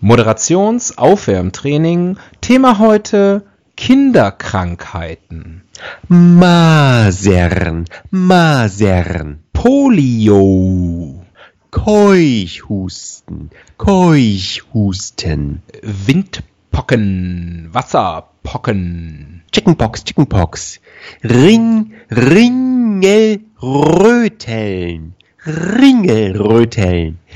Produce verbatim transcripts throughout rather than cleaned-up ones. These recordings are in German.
Moderations-Aufwärmtraining. Thema heute Kinderkrankheiten. Masern, Masern, Polio, Keuchhusten, Keuchhusten, Windpocken, Wasserpocken, Chickenpox, Chickenpox, Ring, Ringelröteln, Ringelröteln,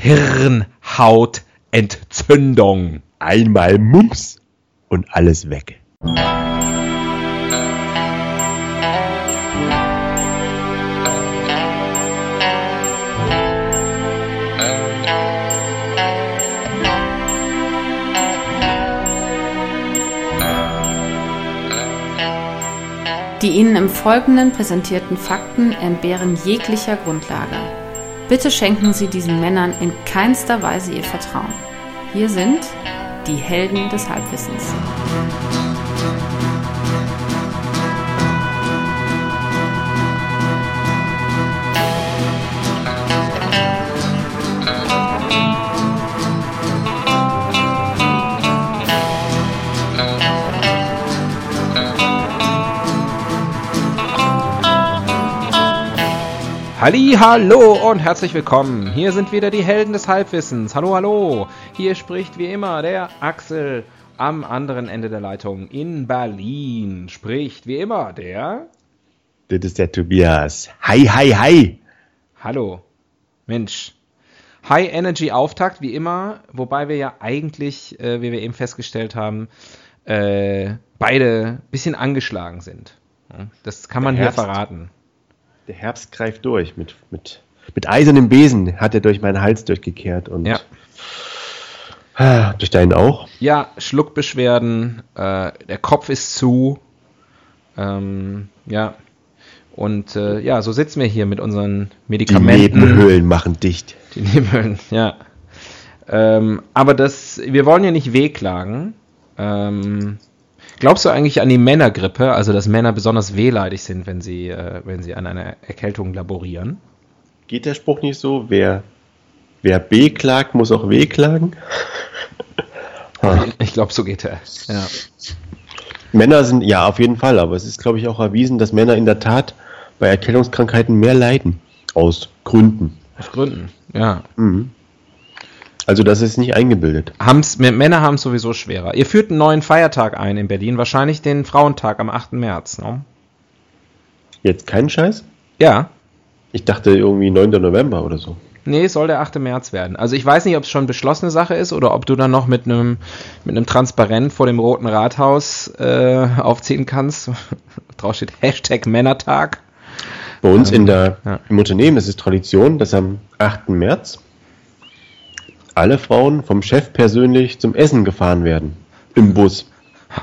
Hirnhautentzündung. einmal Mumps und alles weg. Die Ihnen im Folgenden präsentierten Fakten entbehren jeglicher Grundlage. Bitte schenken Sie diesen Männern in keinster Weise Ihr Vertrauen. Hier sind die Helden des Halbwissens. Halli, hallo und herzlich willkommen. Hier sind wieder die Helden des Halbwissens. Hallo, hallo. Hier spricht wie immer der Axel am anderen Ende der Leitung in Berlin. Spricht wie immer der... Das ist der Tobias. Hi, hi, hi. Hallo. Mensch. High Energy Auftakt wie immer, wobei wir ja eigentlich, äh, wie wir eben festgestellt haben, äh, beide ein bisschen angeschlagen sind. Das kann man hier verraten. Der Herbst greift durch. Mit, mit, mit eisernem Besen hat er durch meinen Hals durchgekehrt. Und ja. ah, durch deinen auch? Ja, Schluckbeschwerden, äh, der Kopf ist zu. Ähm, ja. Und äh, ja, so sitzen wir hier mit unseren Medikamenten. Die Nebenhöhlen machen dicht. Die Nebenhöhlen, ja. Ähm, aber das, wir wollen ja nicht wehklagen. Ähm, Glaubst du eigentlich an die Männergrippe, also dass Männer besonders wehleidig sind, wenn sie, äh, wenn sie an einer Erkältung laborieren? Geht der Spruch nicht so? Wer, wer B klagt, muss auch W klagen? Ich glaube, so geht er. Ja. Männer sind, ja, auf jeden Fall, aber es ist, glaube ich, auch erwiesen, dass Männer in der Tat bei Erkältungskrankheiten mehr leiden. Aus Gründen. Aus Gründen, ja. Mhm. Also das ist nicht eingebildet. Haben's, Männer haben es sowieso schwerer. Ihr führt einen neuen Feiertag ein in Berlin, wahrscheinlich den Frauentag am achten März, ne? Jetzt kein Scheiß? Ja. Ich dachte irgendwie neunten November oder so. Nee, soll der achte März werden. Also ich weiß nicht, ob es schon beschlossene Sache ist oder ob du dann noch mit einem mit einem Transparent vor dem Roten Rathaus äh, aufziehen kannst. Drauf steht Hashtag Männertag. Bei uns ähm, in der, ja. im Unternehmen ist es Tradition, dass am achten März alle Frauen vom Chef persönlich zum Essen gefahren werden. Im Bus.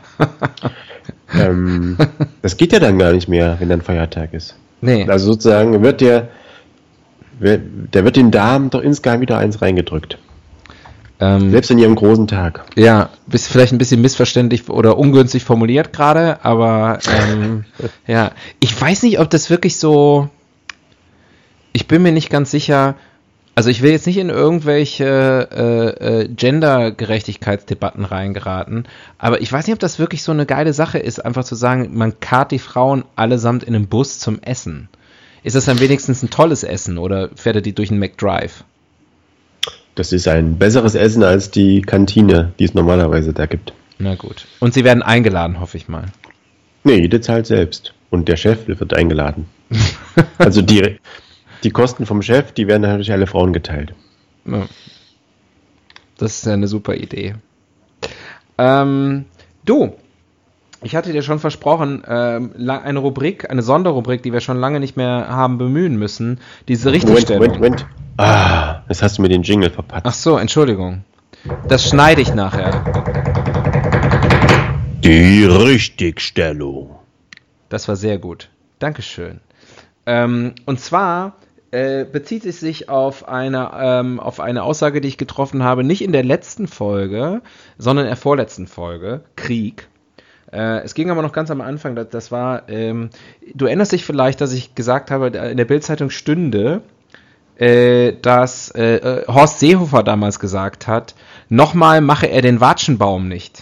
ähm, das geht ja dann gar nicht mehr, wenn dann Feiertag ist. Nee. Also sozusagen wird der, der wird den Damen doch insgeheim wieder eins reingedrückt. Ähm, Selbst an ihrem großen Tag. Ja, bist vielleicht ein bisschen missverständlich oder ungünstig formuliert gerade, aber ähm, ja, ich weiß nicht, ob das wirklich so, ich bin mir nicht ganz sicher. Also ich will jetzt nicht in irgendwelche äh, äh, Gender-Gerechtigkeitsdebatten reingeraten, aber ich weiß nicht, ob das wirklich so eine geile Sache ist, einfach zu sagen, man karrt die Frauen allesamt in einem Bus zum Essen. Ist das dann wenigstens ein tolles Essen oder fährt er die durch einen McDrive? Das ist ein besseres Essen als die Kantine, die es normalerweise da gibt. Na gut. Und sie werden eingeladen, hoffe ich mal. Nee, jede zahlt selbst. Und der Chef wird eingeladen. Also die... Die Kosten vom Chef, die werden natürlich alle Frauen geteilt. Ja. Das ist ja eine super Idee. Ähm, du, ich hatte dir schon versprochen, ähm, eine Rubrik, eine Sonderrubrik, die wir schon lange nicht mehr haben bemühen müssen, diese Richtigstellung. Moment, Moment, Moment. Ah, jetzt hast du mir den Jingle verpatzt. Ach so, Entschuldigung. Das schneide ich nachher. Die Richtigstellung. Das war sehr gut. Dankeschön. Ähm, und zwar äh, bezieht es sich auf eine, ähm, auf eine Aussage, die ich getroffen habe, nicht in der letzten Folge, sondern in der vorletzten Folge, Krieg. Äh, es ging aber noch ganz am Anfang, das, das war, ähm, du erinnerst dich vielleicht, dass ich gesagt habe, in der Bild-Zeitung stünde, äh, dass äh, Horst Seehofer damals gesagt hat, nochmal mache er den Watschenbaum nicht.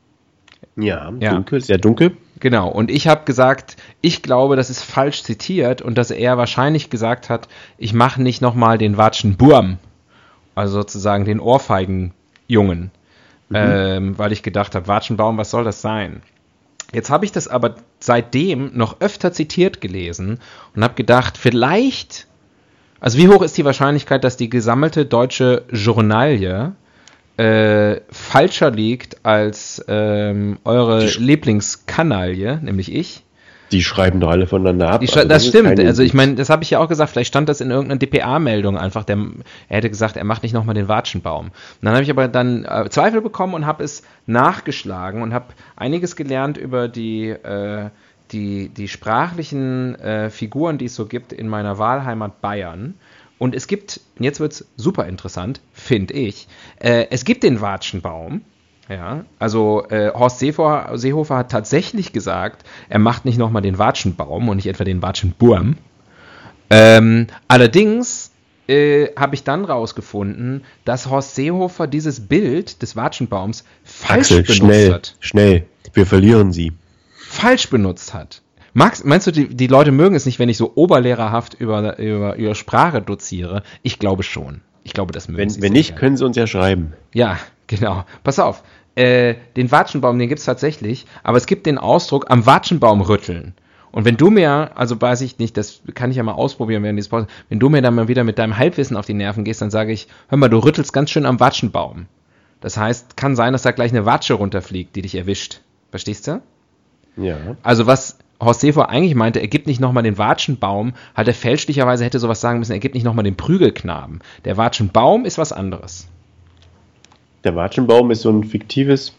Ja, Ja. dunkel, sehr dunkel. Genau, und ich habe gesagt, ich glaube, das ist falsch zitiert und dass er wahrscheinlich gesagt hat, ich mache nicht nochmal den Watschenburm, also sozusagen den Ohrfeigenjungen, mhm. ähm, weil ich gedacht habe, Watschenbaum, was soll das sein? Jetzt habe ich das aber seitdem noch öfter zitiert gelesen und habe gedacht, vielleicht, also wie hoch ist die Wahrscheinlichkeit, dass die gesammelte deutsche Journalie Äh, falscher liegt als ähm, eure Die- Lieblingskanaille, nämlich ich. Die schreiben doch alle voneinander ab. Die schrei- Also das ist stimmt, keine- also ich meine, das habe ich ja auch gesagt, vielleicht stand das in irgendeiner D P A-Meldung einfach, der, er hätte gesagt, er macht nicht nochmal den Watschenbaum. Und dann habe ich aber dann äh, Zweifel bekommen und habe es nachgeschlagen und habe einiges gelernt über die, äh, die, die sprachlichen äh, Figuren, die es so gibt in meiner Wahlheimat Bayern. Und es gibt, jetzt wird es super interessant, finde ich, äh, es gibt den Watschenbaum, ja, also äh, Horst Seehofer, Seehofer hat tatsächlich gesagt, er macht nicht nochmal den Watschenbaum und nicht etwa den Watschenburm. Ähm, allerdings äh, habe ich dann rausgefunden, dass Horst Seehofer dieses Bild des Watschenbaums falsch Axel, benutzt schnell, hat. schnell. Wir verlieren sie. Falsch benutzt hat. Max, meinst du, die, die Leute mögen es nicht, wenn ich so oberlehrerhaft über, über, über Sprache doziere? Ich glaube schon. Ich glaube, das mögen Wenn, sie wenn sehr nicht, gerne. können sie uns ja schreiben. Ja, genau. Pass auf. Äh, den Watschenbaum, den gibt es tatsächlich, aber es gibt den Ausdruck am Watschenbaum rütteln. Und wenn du mir, also weiß ich nicht, das kann ich ja mal ausprobieren während dieses Podcast, wenn du mir dann mal wieder mit deinem Halbwissen auf die Nerven gehst, dann sage ich, hör mal, du rüttelst ganz schön am Watschenbaum. Das heißt, kann sein, dass da gleich eine Watsche runterfliegt, die dich erwischt. Verstehst du? Ja. Also was Horst Seehofer eigentlich meinte, er gibt nicht nochmal den Watschenbaum, hat er fälschlicherweise hätte sowas sagen müssen, er gibt nicht nochmal den Prügelknaben. Der Watschenbaum ist was anderes. Der Watschenbaum ist so ein fiktives.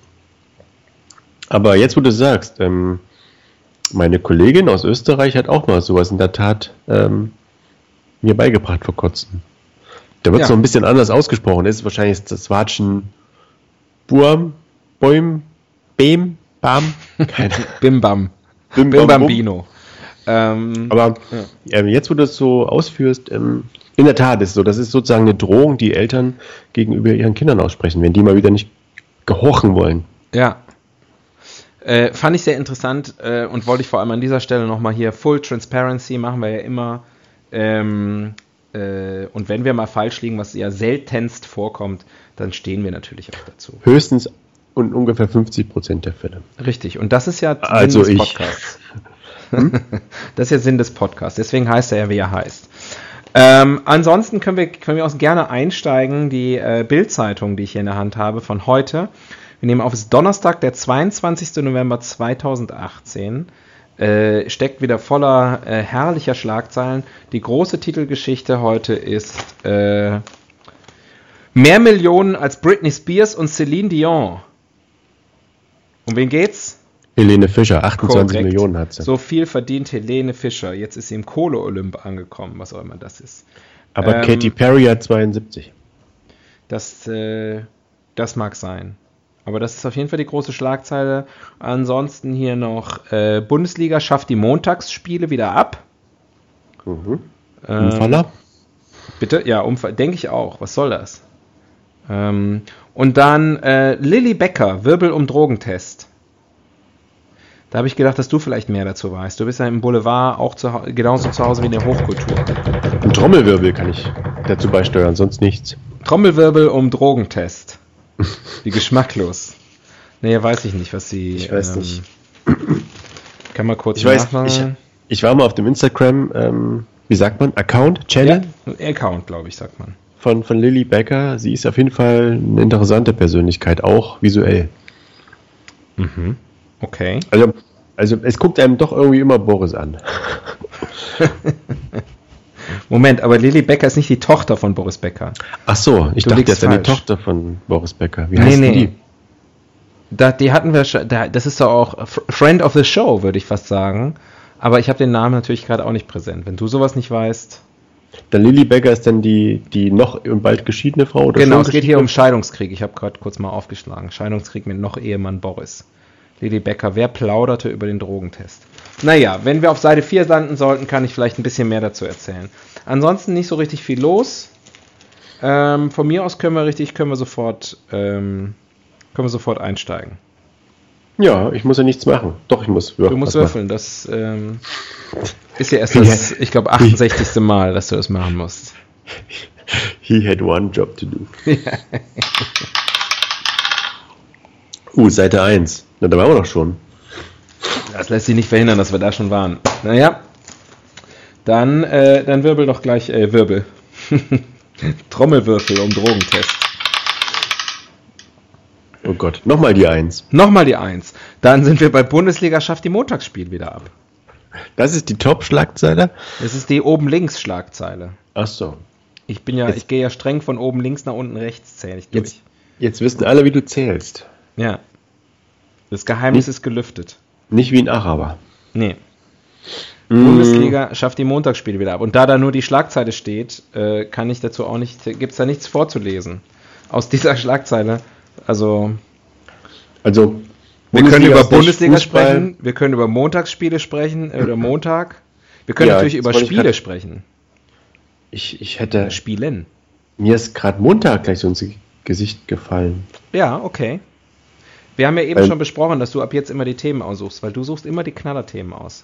Aber jetzt, wo du sagst, ähm, meine Kollegin aus Österreich hat auch mal sowas in der Tat ähm, mir beigebracht vor kurzem. Da wird es Ja. noch ein bisschen anders ausgesprochen. Das ist wahrscheinlich das Watschen Burm, Bäum, Bem, Bam, keine Bim Bam. Bim, Bim Bam, Bum. Bambino. Ähm, Aber ähm, jetzt, wo du das so ausführst, ähm, in der Tat ist es so, das ist sozusagen eine Drohung, die Eltern gegenüber ihren Kindern aussprechen, wenn die mal wieder nicht gehorchen wollen. ja. Äh, fand ich sehr interessant äh, und wollte ich vor allem an dieser Stelle nochmal hier Full Transparency machen wir ja immer. Ähm, äh, und wenn wir mal falsch liegen, was ja seltenst vorkommt, dann stehen wir natürlich auch dazu. Höchstens und ungefähr fünfzig Prozent der Fälle. Richtig, und das ist ja Also Sinn des ich. Podcasts. Das ist ja Sinn des Podcasts, deswegen heißt er ja, wie er heißt. Ähm, ansonsten können wir, können wir auch gerne einsteigen, die äh, Bild-Zeitung, die ich hier in der Hand habe, von heute. Wir nehmen auf, es ist Donnerstag, der zweiundzwanzigster November zweitausendachtzehn. Äh, steckt wieder voller äh, herrlicher Schlagzeilen. Die große Titelgeschichte heute ist äh, mehr Millionen als Britney Spears und Celine Dion. Um wen geht's? Helene Fischer, achtundzwanzig Korrekt. Millionen hat sie. So viel verdient Helene Fischer. Jetzt ist sie im Kohle-Olymp angekommen, was auch immer das ist. Aber ähm, Katy Perry hat zweiundsiebzig. Das, äh, das mag sein. Aber das ist auf jeden Fall die große Schlagzeile. Ansonsten hier noch äh, Bundesliga schafft die Montagsspiele wieder ab. Mhm. Ähm, Umfaller? Bitte? Ja, Umfall. Denke ich auch. Was soll das? Ähm, und dann äh, Lilly Becker, Wirbel um Drogentest. Da habe ich gedacht, dass du vielleicht mehr dazu weißt. Du bist ja im Boulevard auch zu, Hau- genauso zu Hause wie in der Hochkultur. Ein Trommelwirbel kann ich dazu beisteuern, sonst nichts. Trommelwirbel um Drogentest. Wie geschmacklos. Nee, weiß ich nicht, was sie... Ich weiß nicht. Kann man kurz Ich weiß, nachschauen. ich, ich war mal auf dem Instagram, ähm, wie sagt man, Account, Channel Ja, Account, glaube ich, sagt man. von, von Lilly Becker. Sie ist auf jeden Fall eine interessante Persönlichkeit, auch visuell. Mhm. Okay. Also, also es guckt einem doch irgendwie immer Boris an. Moment, aber Lilly Becker ist nicht die Tochter von Boris Becker. Ach so, ich Du dachte, liegst das ist eine falsch. Tochter von Boris Becker. Wie heißt nee, denn nee. die? Da, die hatten wir schon, da, das ist doch auch F- Friend of the Show, würde ich fast sagen. Aber ich habe den Namen natürlich gerade auch nicht präsent. Wenn du sowas nicht weißt. Dann Lilly Becker ist dann die, die noch und bald geschiedene Frau? Oder Genau, schon es geht hier geschiedene? um Scheidungskrieg. Ich habe gerade kurz mal aufgeschlagen. Scheidungskrieg mit noch Ehemann Boris. Lilly Becker, wer plauderte über den Drogentest? Naja, wenn wir auf Seite vier landen sollten, kann ich vielleicht ein bisschen mehr dazu erzählen. Ansonsten nicht so richtig viel los. Ähm, von mir aus können wir richtig, können wir sofort, ähm, können wir sofort einsteigen. Ja, ich muss ja nichts machen. Doch, ich muss würfeln. Du musst würfeln, machen. das ähm, ist ja erst das, ich glaube, achtundsechzigste Mal, dass du das machen musst. He had one job to do. uh, Seite eins. Na, da waren wir doch schon. Das lässt sich nicht verhindern, dass wir da schon waren. Naja, dann, äh, dann wirbel doch gleich, äh, Wirbel. Trommelwürfel um Drogentest. Oh Gott, nochmal die Eins. Nochmal die Eins. Dann sind wir bei Bundesliga schafft die Montagsspiel wieder ab. Das ist die Top-Schlagzeile? Das ist die oben links Schlagzeile. Ach so. Ich bin ja, jetzt, ich gehe ja streng von oben links nach unten rechts, zähle ich durch. Jetzt, jetzt wissen alle, wie du zählst. Ja. Das Geheimnis nicht, ist gelüftet. Nicht wie ein Araber. Nee. Mm. Bundesliga schafft die Montagsspiele wieder ab. Und da da nur die Schlagzeile steht, äh, kann ich dazu auch nicht, gibt es da nichts vorzulesen. Aus dieser Schlagzeile, also... Also... Wir können über Bundesliga Fußball sprechen, wir können über Montagsspiele sprechen, äh, oder Montag. Wir können ja, natürlich über Spiele grad, sprechen. Ich, ich hätte... Spielen. Mir ist gerade Montag gleich so ins Gesicht gefallen. Ja, okay. Wir haben ja eben weil, schon besprochen, dass du ab jetzt immer die Themen aussuchst, weil du suchst immer die Knallerthemen aus.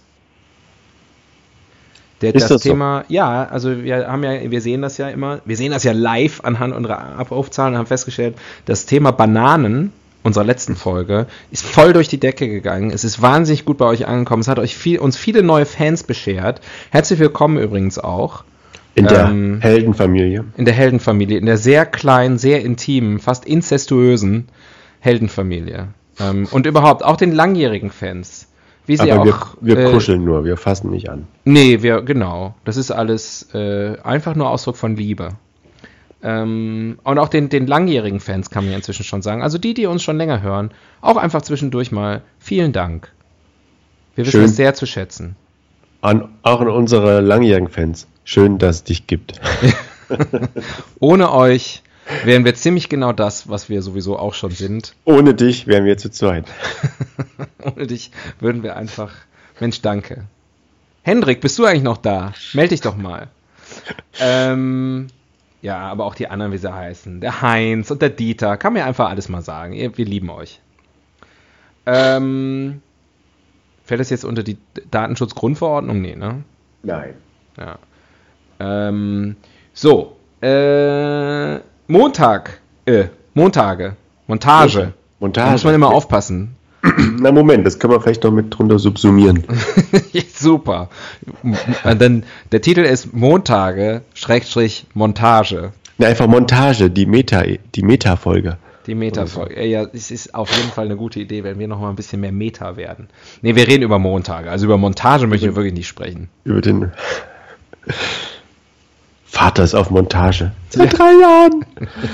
Der, ist das, das Thema, so? Ja, also wir haben ja, wir sehen das ja immer, wir sehen das ja live anhand unserer Abrufzahlen und haben festgestellt, das Thema Bananen unserer letzten Folge ist voll durch die Decke gegangen. Es ist wahnsinnig gut bei euch angekommen. Es hat euch viel, uns viele neue Fans beschert. Herzlich willkommen übrigens auch. In der ähm, Heldenfamilie. In der Heldenfamilie, in der sehr kleinen, sehr intimen, fast inzestuösen Heldenfamilie. Ähm, und überhaupt auch den langjährigen Fans. Wie sie Aber auch, wir, wir äh, kuscheln nur, wir fassen nicht an. Nee, wir, genau. Das ist alles äh, einfach nur Ausdruck von Liebe. Ähm, und auch den, den langjährigen Fans kann man ja inzwischen schon sagen. Also die, die uns schon länger hören, auch einfach zwischendurch mal vielen Dank. Wir wissen es sehr zu schätzen. An, auch an unsere langjährigen Fans. Schön, dass es dich gibt. Ohne euch wären wir ziemlich genau das, was wir sowieso auch schon sind. Ohne dich wären wir zu zweit. Ohne dich würden wir einfach... Mensch, danke. Hendrik, bist du eigentlich noch da? Meld dich doch mal. Ähm... Ja, aber auch die anderen, wie sie heißen. Der Heinz und der Dieter. Kann mir einfach alles mal sagen. Wir lieben euch. Ähm, fällt das jetzt unter die Datenschutzgrundverordnung? Nee, ne? Nein. Ja. Ähm, so. Äh, Montag. Äh, Montage. Montage. Montage. Da muss man immer aufpassen. Na Moment, das können wir vielleicht noch mit drunter subsumieren. Super. Und dann, der Titel ist Montage, Schrägstrich, Montage. Na, einfach Montage, die Meta, die Meta-Folge. Die Meta-Folge. So. Ja, es ist auf jeden Fall eine gute Idee, wenn wir noch mal ein bisschen mehr Meta werden. Nee, wir reden über Montage. Also über Montage möchten wir wirklich nicht sprechen. Über den Vater ist auf Montage. Seit ja. drei Jahren.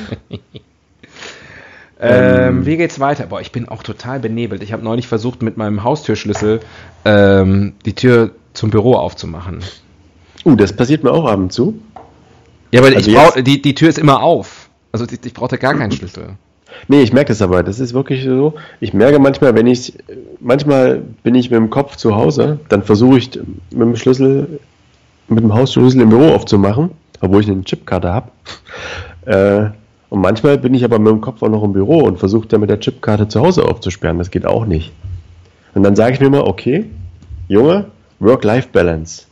Ähm, wie geht's weiter? Boah, ich bin auch total benebelt. Ich habe neulich versucht, mit meinem Haustürschlüssel ähm, die Tür zum Büro aufzumachen. Uh, das passiert mir auch ab und zu. Ja, aber also ich brauch, die, die Tür ist immer auf. Also ich, ich brauchte gar keinen Schlüssel. Nee, ich merke das aber. Das ist wirklich so. Ich merke manchmal, wenn ich, manchmal bin ich mit dem Kopf zu Hause, dann versuche ich mit dem Schlüssel, mit dem Haustürschlüssel im Büro aufzumachen, obwohl ich eine Chipkarte habe. Äh, Und manchmal bin ich aber mit dem Kopf auch noch im Büro und versuche dann mit der Chipkarte zu Hause aufzusperren. Das geht auch nicht. Und dann sage ich mir mal, okay, Junge, Work-Life-Balance.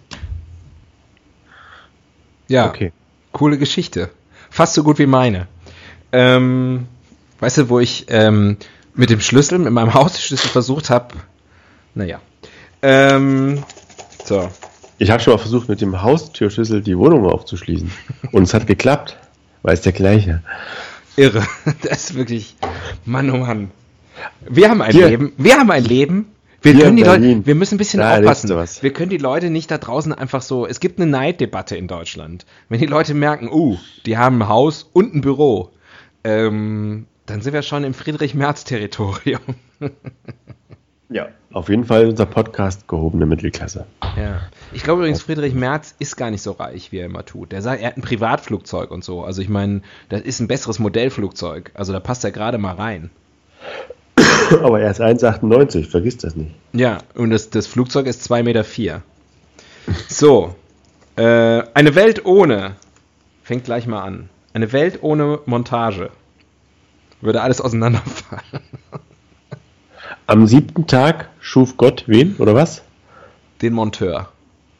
Ja, okay. Coole Geschichte. Fast so gut wie meine. Ähm, weißt du, wo ich ähm, mit dem Schlüssel, mit meinem Hausschlüssel versucht habe, naja. Ähm, so. Ich habe schon mal versucht, mit dem Haustürschlüssel die Wohnung aufzuschließen. Und es hat geklappt. Weil es der gleiche. Irre. Das ist wirklich... Mann, oh Mann. Wir haben ein Hier. Leben. Wir haben ein Leben. Wir Hier können die Leute... Wir müssen ein bisschen da aufpassen. Wir können die Leute nicht da draußen einfach so... Es gibt eine Neiddebatte in Deutschland. Wenn die Leute merken, uh, die haben ein Haus und ein Büro, ähm, dann sind wir schon im Friedrich-Merz-Territorium. Ja, auf jeden Fall unser Podcast gehobene Mittelklasse. Ja. Ich glaube übrigens, Friedrich Merz ist gar nicht so reich, wie er immer tut. Der sagt, er hat ein Privatflugzeug und so. Also ich meine, das ist ein besseres Modellflugzeug. Also da passt er gerade mal rein. Aber er ist eins Komma achtundneunzig, vergiss das nicht. Ja, und das, das Flugzeug ist zwei Komma vier Meter. So, äh, eine Welt ohne, fängt gleich mal an, eine Welt ohne Montage. Würde alles auseinanderfallen. Am siebten Tag schuf Gott wen, oder was? Den Monteur.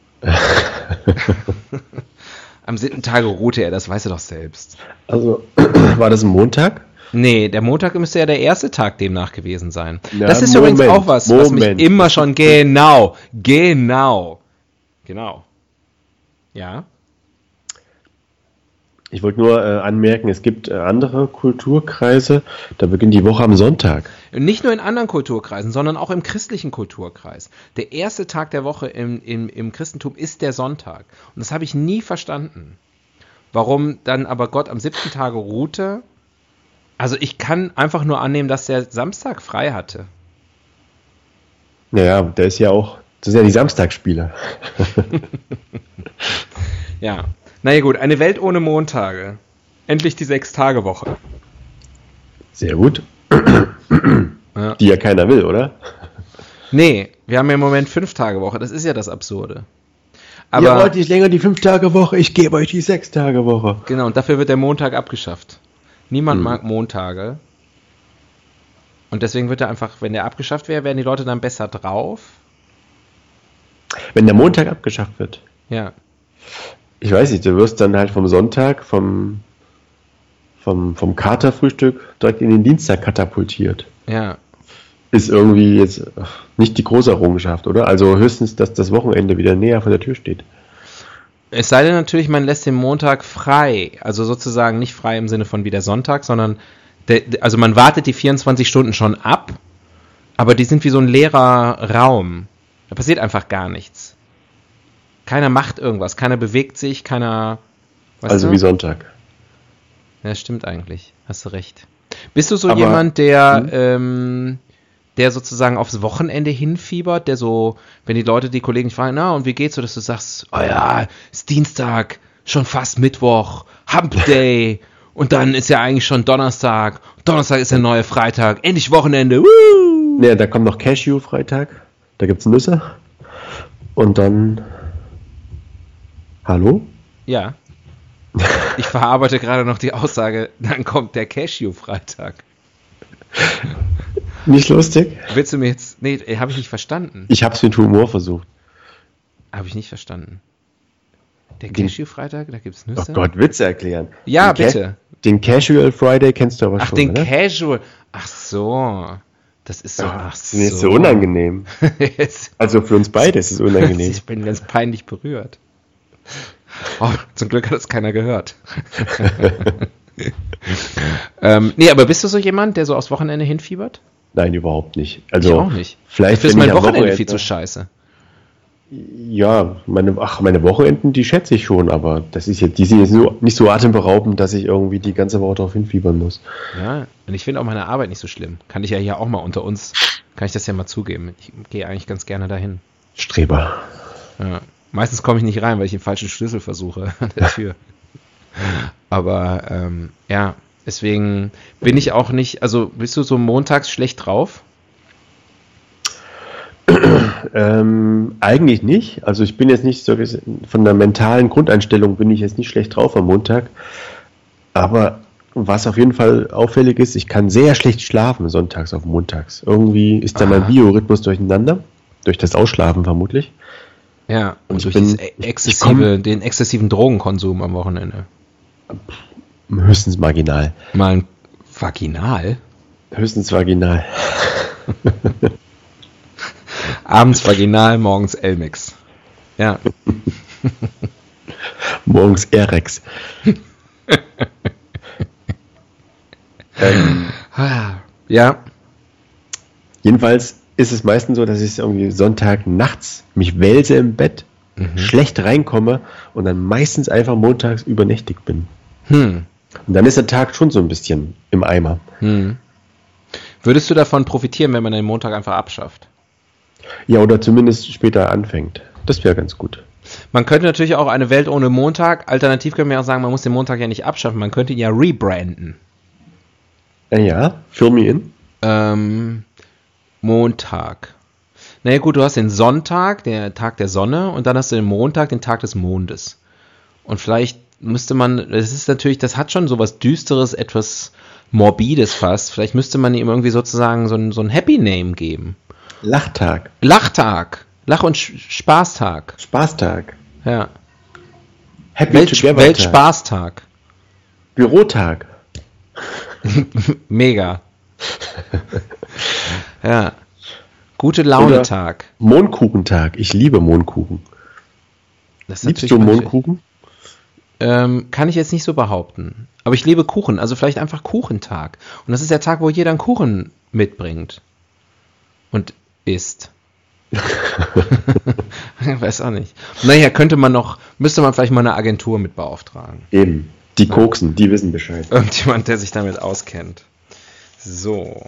Am siebten Tage ruhte er, das weiß er doch selbst. Also, war das ein Montag? Nee, der Montag müsste ja der erste Tag demnach gewesen sein. Ja, das ist Moment, übrigens auch was, was mich Moment. immer schon... Genau, genau, genau. Ja. Ich wollte nur äh, anmerken, es gibt äh, andere Kulturkreise, da beginnt die Woche am Sonntag. Nicht nur in anderen Kulturkreisen, sondern auch im christlichen Kulturkreis. Der erste Tag der Woche im, im, im Christentum ist der Sonntag. Und das habe ich nie verstanden. Warum dann aber Gott am siebten Tage ruhte? Also ich kann einfach nur annehmen, dass der Samstag frei hatte. Naja, der ist ja auch, das sind ja die Samstagsspiele. Ja. Naja gut, eine Welt ohne Montage. Endlich die Sechs-Tage-Woche. Sehr gut. Ja. Die ja keiner will, oder? Nee, wir haben ja im Moment Fünf-Tage-Woche. Das ist ja das Absurde. Aber ihr Aber wollt nicht länger die Fünf-Tage-Woche, ich gebe euch die Sechs-Tage-Woche. genau, und dafür wird der Montag abgeschafft. Niemand Hm. mag Montage. Und deswegen wird er einfach, wenn der abgeschafft wäre, wären die Leute dann besser drauf. Wenn der Montag abgeschafft wird. Ja. Ich weiß nicht, du wirst dann halt vom Sonntag, vom, vom, vom Katerfrühstück direkt in den Dienstag katapultiert. Ja. Ist irgendwie jetzt nicht die große Errungenschaft, oder? Also höchstens, dass das Wochenende wieder näher vor der Tür steht. Es sei denn natürlich, man lässt den Montag frei. Also sozusagen nicht frei im Sinne von wie der Sonntag, sondern der, also man wartet die vierundzwanzig Stunden schon ab, aber die sind wie so ein leerer Raum. Da passiert einfach gar nichts. Keiner macht irgendwas, keiner bewegt sich, keiner... weißt Also du? wie Sonntag. Ja, stimmt eigentlich. Hast du recht. Bist du so Aber- jemand, der, Hm? ähm, der sozusagen aufs Wochenende hinfiebert, der so, wenn die Leute, die Kollegen fragen, na, und wie geht's so, dass du sagst, oh ja, ist Dienstag, schon fast Mittwoch, Hump Day, und dann ist ja eigentlich schon Donnerstag, Donnerstag ist der neue Freitag, endlich Wochenende, woo! Ja, da kommt noch Cashew-Freitag. Da gibt's Nüsse. Und dann... Hallo? Ja. Ich verarbeite gerade noch die Aussage, dann kommt der Cashew-Freitag. Nicht lustig? Willst du mir jetzt, nee, habe ich nicht verstanden. Ich hab's mit Humor versucht. Habe ich nicht verstanden. Der Den- Cashew-Freitag, da gibt's Oh Nüsse? Gott, Witze erklären. Ja, den bitte. Ca- den Casual Friday kennst du aber Ach, schon, den oder? Casual. Ach so. Das ist so. Ach, Ach das ist mir jetzt so unangenehm. Jetzt- Also für uns beide ist es unangenehm. Ich bin ganz peinlich berührt. Oh, zum Glück hat das keiner gehört. ähm, nee, aber bist du so jemand, der so aufs Wochenende hinfiebert? Nein, überhaupt nicht. Ich Also auch nicht. vielleicht Dafür ist wenn mein ich am Wochenende Wochenende- viel zu scheiße. Ja, meine, ach, meine Wochenenden, die schätze ich schon, aber das ist jetzt, die sind jetzt so, nicht so atemberaubend, dass ich irgendwie die ganze Woche darauf hinfiebern muss. Ja, und ich finde auch meine Arbeit nicht so schlimm. Kann ich ja hier auch mal unter uns, kann ich das ja mal zugeben. Ich gehe eigentlich ganz gerne dahin. Streber. Ja. Meistens komme ich nicht rein, weil ich den falschen Schlüssel versuche an der Tür. Aber ähm, ja, deswegen bin ich auch nicht, also bist du so montags schlecht drauf? Ähm, eigentlich nicht. Also ich bin jetzt nicht so, von der mentalen Grundeinstellung bin ich jetzt nicht schlecht drauf am Montag. Aber was auf jeden Fall auffällig ist, ich kann sehr schlecht schlafen sonntags auf montags. Irgendwie ist da mein Ah. Biorhythmus durcheinander. Durch das Ausschlafen vermutlich. Ja, und Ich durch bin- dieses ich- ich exzessive, komm- den exzessiven Drogenkonsum am Wochenende. Höchstens marginal. Mal ein Vaginal? Höchstens vaginal. Abends Vaginal, morgens Elmex. Ja, Morgens Erex. ähm, ja, jedenfalls ist es meistens so, dass ich irgendwie Sonntag nachts mich wälze im Bett, Mhm. schlecht reinkomme und dann meistens einfach montags übernächtig bin. hm, Und dann ist der Tag schon so ein bisschen im Eimer. hm. Würdest du davon profitieren, wenn man den Montag einfach abschafft? Ja, oder zumindest später anfängt. Das wäre ganz gut. Man könnte natürlich auch eine Welt ohne Montag, alternativ können wir auch sagen, man muss den Montag ja nicht abschaffen, man könnte ihn ja rebranden. Äh, Ja, fill me in. Ähm, Montag. Naja gut, du hast den Sonntag, der Tag der Sonne, und dann hast du den Montag, den Tag des Mondes. Und vielleicht müsste man, das ist natürlich, das hat schon sowas Düsteres, etwas Morbides fast. Vielleicht müsste man ihm irgendwie sozusagen so ein, so ein Happy Name geben. Lachtag. Lachtag. Lach- und Sch- Spaßtag. Spaßtag. Ja. Happy Welt- Together Tag. Weltspaßtag. Bürotag. Mega. Ja. Gute Laune-Tag. Mohnkuchentag. Ich liebe Mohnkuchen. Das ist Liebst natürlich du manche- Mohnkuchen? Ähm, kann ich jetzt nicht so behaupten. Aber ich liebe Kuchen, also vielleicht einfach Kuchentag. Und das ist der Tag, wo jeder einen Kuchen mitbringt. Und isst. Ich weiß auch nicht. Naja, könnte man noch, müsste man vielleicht mal eine Agentur mit beauftragen. Eben. Die koksen, die wissen Bescheid. Irgendjemand, der sich damit auskennt. So.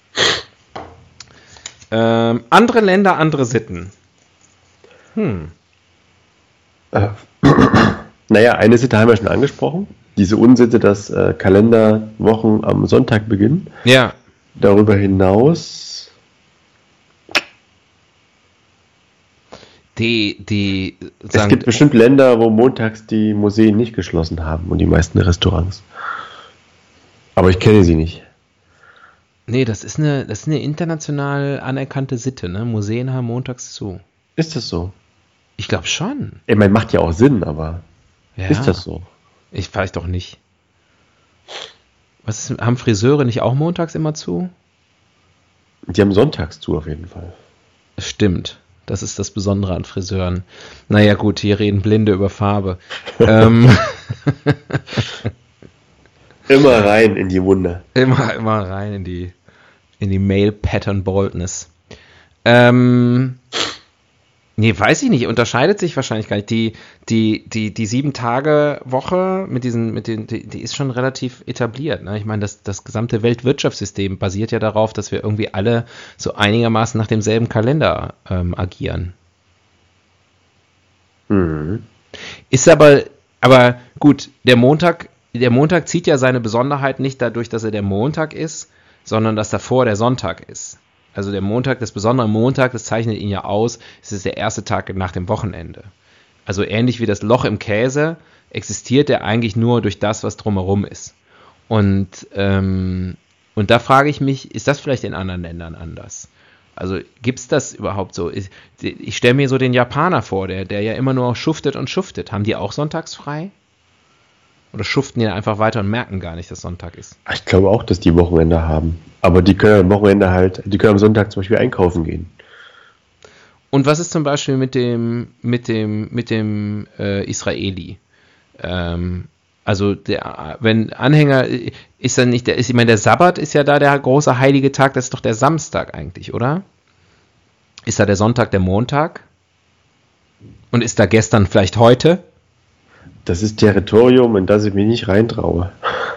Ähm, andere Länder, andere Sitten. Hm. Äh, naja, eine Sitte haben wir schon angesprochen. Diese Unsitte, dass äh, Kalenderwochen am Sonntag beginnen. Ja. Darüber hinaus. Die, die, Es sagen, gibt bestimmt Länder, wo montags die Museen nicht geschlossen haben und die meisten Restaurants. Aber ich kenne sie nicht. nee, das ist eine, das ist eine international anerkannte Sitte, ne? Museen haben montags zu. Ist das so? Ich glaube schon. Ich meine, macht ja auch Sinn, aber Ja. ist das so? Ich vielleicht doch nicht. Was ist, haben Friseure nicht auch montags immer zu? Die haben sonntags zu auf jeden Fall. Stimmt. Das ist das Besondere an Friseuren. Naja, gut, hier reden Blinde über Farbe. ähm, Immer rein in die Wunde. immer, immer rein in die, in die Male Pattern Boldness. Ähm, nee, weiß ich nicht. Unterscheidet sich wahrscheinlich gar nicht. Die, die, die, die Sieben-Tage-Woche mit diesen, mit den, die, die ist schon relativ etabliert. Ne? Ich meine, das, das gesamte Weltwirtschaftssystem basiert ja darauf, dass wir irgendwie alle so einigermaßen nach demselben Kalender ähm, agieren. Mhm. Ist aber, aber gut, der Montag, der Montag zieht ja seine Besonderheit nicht dadurch, dass er der Montag ist, sondern dass davor der Sonntag ist. Also der Montag, das besondere Montag, das zeichnet ihn ja aus, es ist der erste Tag nach dem Wochenende. Also ähnlich wie das Loch im Käse existiert er eigentlich nur durch das, was drumherum ist. Und, ähm, und da frage ich mich, ist das vielleicht in anderen Ländern anders? Also gibt es das überhaupt so? Ich, ich stelle mir so den Japaner vor, der, der ja immer nur schuftet und schuftet. Haben die auch sonntags frei? Oder schuften die einfach weiter und merken gar nicht, dass Sonntag ist? Ich glaube auch, dass die Wochenende haben. Aber die können am Wochenende halt, die können am Sonntag zum Beispiel einkaufen gehen. Und was ist zum Beispiel mit dem, mit dem, mit dem äh, Israeli? Ähm, also der, wenn Anhänger, ist dann nicht der, ist, ich meine, der Sabbat ist ja da der große heilige Tag, das ist doch der Samstag eigentlich, oder? Ist da der Sonntag der Montag? Und ist da gestern vielleicht heute? Das ist Territorium, in das ich mich nicht reintraue.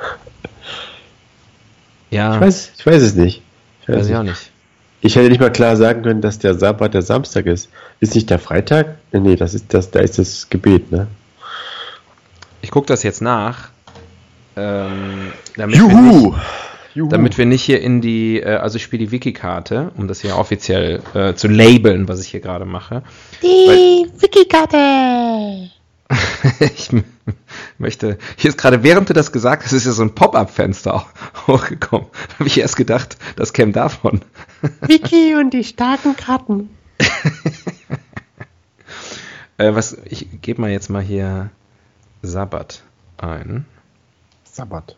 Ja, Ich weiß, ich weiß es nicht. Ich weiß weiß ich nicht. auch nicht. Ich hätte nicht mal klar sagen können, dass der Sabbat der Samstag ist. Ist nicht der Freitag? Nee, das ist das, da ist das Gebet, ne? Ich gucke das jetzt nach, ähm, damit, wir nicht, Juhu! damit wir nicht hier in die, äh, also ich spiele die Wiki-Karte, um das hier offiziell äh, zu labeln, was ich hier gerade mache. Die Wiki-Karte! Ich m- möchte, hier ist gerade, während du das gesagt hast, ist ja so ein Pop-Up-Fenster auch hochgekommen. Da habe ich erst gedacht, das käme davon. Wiki und die starken Karten. Äh, was, ich gebe mal jetzt mal hier Sabbat ein. Sabbat.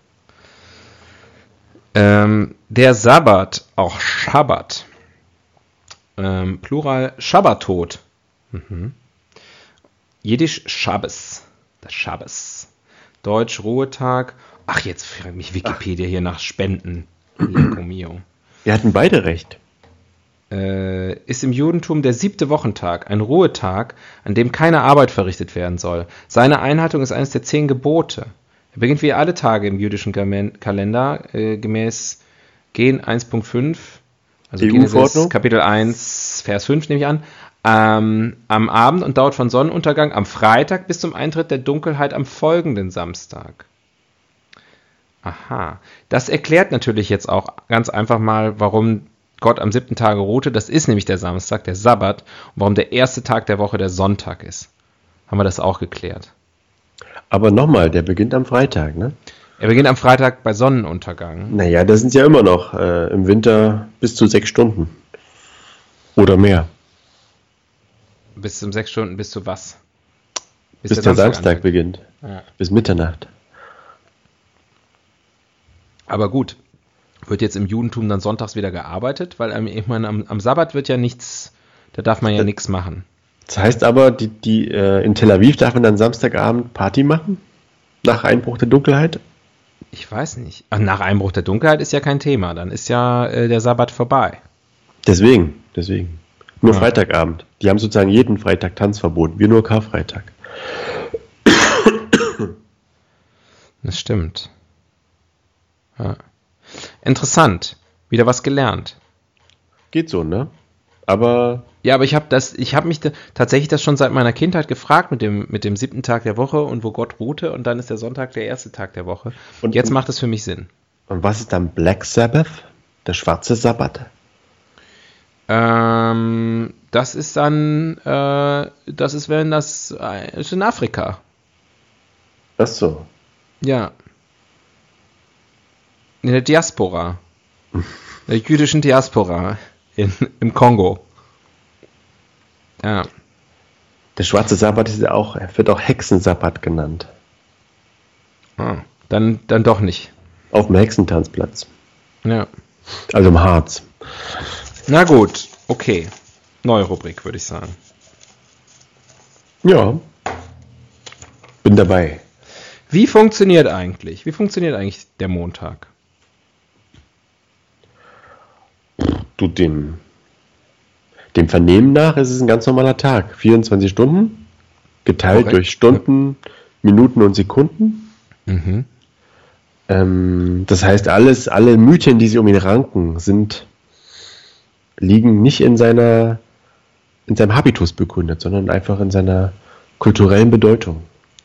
Ähm, der Sabbat, auch Schabbat, ähm, Plural Schabbatot. Mhm. Jiddisch Schabbes, das Schabbes. Deutsch Ruhetag. Ach, jetzt fragt mich Wikipedia hier nach Spenden. Lecco mio. Wir hatten beide recht. Äh, ist im Judentum der siebte Wochentag, ein Ruhetag, an dem keine Arbeit verrichtet werden soll. Seine Einhaltung ist eines der zehn Gebote. Er beginnt wie alle Tage im jüdischen Gamen- Kalender, äh, gemäß Gen eins Punkt fünf, also E Genesis U-Verordnung? Kapitel eins, Vers fünf nehme ich an, ähm, am Abend und dauert von Sonnenuntergang am Freitag bis zum Eintritt der Dunkelheit am folgenden Samstag. Aha, das erklärt natürlich jetzt auch ganz einfach mal, warum Gott am siebten Tage ruhte. Das ist nämlich der Samstag, der Sabbat. Und warum der erste Tag der Woche der Sonntag ist. Haben wir das auch geklärt. Aber nochmal, der beginnt am Freitag, ne? Er beginnt am Freitag bei Sonnenuntergang. Naja, das sind ja immer noch äh, im Winter bis zu sechs Stunden. Oder mehr. Bis zum sechs Stunden, bis zu was? Bis, bis der, der Samstag, Samstag beginnt. Ja. Bis Mitternacht. Aber gut, wird jetzt im Judentum dann sonntags wieder gearbeitet? Weil ähm, ich meine, am, am Sabbat wird ja nichts, da darf man ja das, nichts machen. Das heißt aber, die, die, äh, in Tel Aviv darf man dann Samstagabend Party machen? Nach Einbruch der Dunkelheit? Ich weiß nicht. Ach, nach Einbruch der Dunkelheit ist ja kein Thema. Dann ist ja äh, der Sabbat vorbei. Deswegen, deswegen. Nur ja. Freitagabend. Die haben sozusagen jeden Freitag Tanzverbot. Wir nur Karfreitag. Das stimmt. Ja. Interessant. Wieder was gelernt. Geht so, ne? Aber... Ja, aber ich habe das, ich habe mich da, tatsächlich das schon seit meiner Kindheit gefragt mit dem, mit dem siebten Tag der Woche und wo Gott ruhte und dann ist der Sonntag der erste Tag der Woche. Und jetzt macht es für mich Sinn. Und was ist dann Black Sabbath? Der schwarze Sabbat? Ähm, das ist dann, äh, das ist, wenn das, äh, ist in Afrika. Ach so. Ja. In der Diaspora. In der jüdischen Diaspora. In, im Kongo. Ja. Der schwarze Sabbat ist ja auch, wird auch Hexensabbat genannt. Ah, dann, dann doch nicht. Auf dem Hexentanzplatz. Ja. Also im Harz. Na gut, okay. Neue Rubrik, würde ich sagen. Ja. Bin dabei. Wie funktioniert eigentlich, wie funktioniert eigentlich der Montag? Du, dem, dem Vernehmen nach ist es ein ganz normaler Tag. vierundzwanzig Stunden, geteilt Korrekt. durch Stunden, ja. Minuten und Sekunden. Mhm. Ähm, das heißt, alles, alle Mythen, die sich um ihn ranken, sind, liegen nicht in seiner, in seinem Habitus begründet, sondern einfach in seiner kulturellen Bedeutung.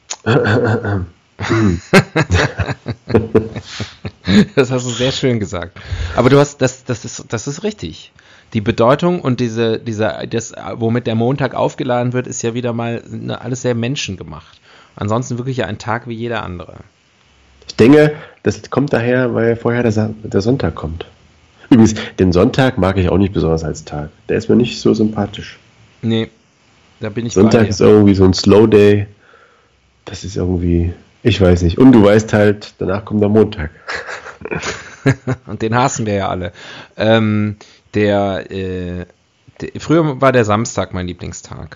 Das hast du sehr schön gesagt. Aber du hast, das, das ist, das ist richtig. Die Bedeutung und diese, dieser, das, womit der Montag aufgeladen wird, ist ja wieder mal ne, alles sehr menschengemacht. Ansonsten wirklich ja ein Tag wie jeder andere. Ich denke, das kommt daher, weil vorher der, Sa- der Sonntag kommt. Übrigens, den Sonntag mag ich auch nicht besonders als Tag. Der ist mir nicht so sympathisch. Nee, da bin ich Sonntag bei dir. ist irgendwie so ein Slow Day. Das ist irgendwie, ich weiß nicht. Und du weißt halt, danach kommt der Montag. Und den hassen wir ja alle. Ähm, der, äh, der, früher war der Samstag mein Lieblingstag.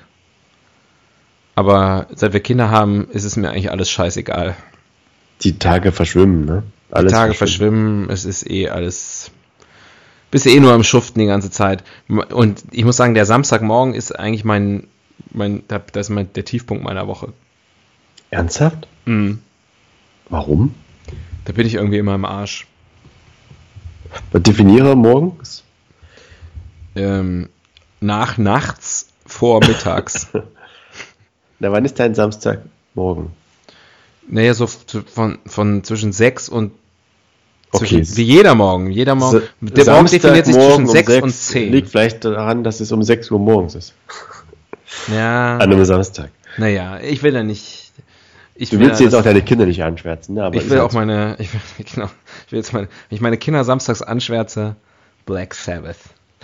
Aber seit wir Kinder haben, ist es mir eigentlich alles scheißegal. Die Tage verschwimmen, ne? Alles Die Tage verschwimmen, es ist eh alles, bist eh nur am Schuften die ganze Zeit. Und ich muss sagen, der Samstagmorgen ist eigentlich mein, mein, das ist mein, der Tiefpunkt meiner Woche. Ernsthaft? Mhm. Warum? Da bin ich irgendwie immer im Arsch. Definiere morgens? Ähm, nach nachts, vor mittags. Na, wann ist dein Samstagmorgen? Naja, so von, von zwischen sechs und Okay. zwischen, wie jeder Morgen. Jeder Morgen. Sa- Der Morgen definiert sich zwischen um sechs und zehn. Liegt vielleicht daran, dass es um sechs Uhr morgens ist. Ja. An einem Samstag. Naja, ich will ja nicht. Ich Du will willst ja jetzt das- auch deine Kinder nicht anschwärzen, ne? Aber Ich ist will halt auch so. meine, ich will, genau, ich will jetzt meine, wenn ich meine Kinder samstags anschwärze, Black Sabbath.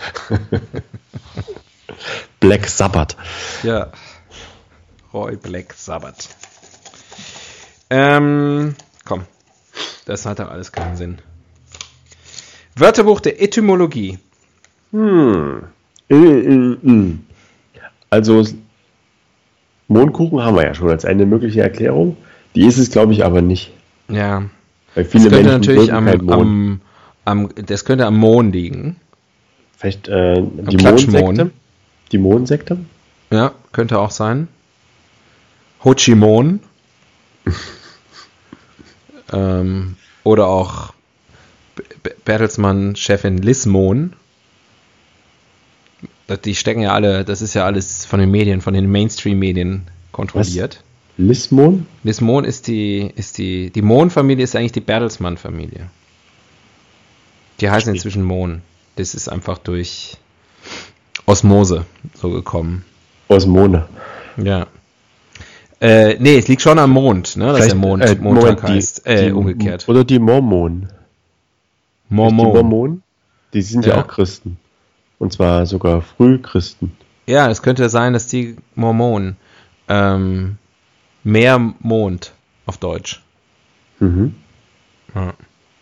Black Sabbath. Ja. Roy Black Sabbath. Ähm, komm. Das hat doch alles keinen Sinn. Wörterbuch der Etymologie. Hm. Äh, äh, äh. Also, Mondkuchen haben wir ja schon als eine mögliche Erklärung. Die ist es, glaube ich, aber nicht. Ja. Weil Das viele könnte Menschen natürlich mögen am, keinen Mond. am, am, das könnte am Mond liegen. Vielleicht äh, die Klatschmond. Mondsekte. Die Mondsekte. Ja, könnte auch sein. Ho Chi Minh. ähm, oder auch B- B- Bertelsmann-Chefin Liz Mohn. Das- Die stecken ja alle, das ist ja alles von den Medien, von den Mainstream-Medien kontrolliert. Lismon? Liz Mohn ist die, ist die, die Mohn-Familie ist eigentlich die Bertelsmann-Familie. Die heißen inzwischen Mohn. Das ist einfach durch Osmose so gekommen. Osmone. Ja. Äh, nee, es liegt schon am Mond, ne? Dass Vielleicht, der Mond äh, Montag Moment, die- heißt. Äh, die- umgekehrt. Oder die Mormonen. Die Mormon. Mormonen, die sind ja. Ja. auch Christen. Und zwar sogar Frühchristen. Ja, es könnte sein, dass die Mormonen ähm, mehr Mond auf Deutsch. Mhm. Ja.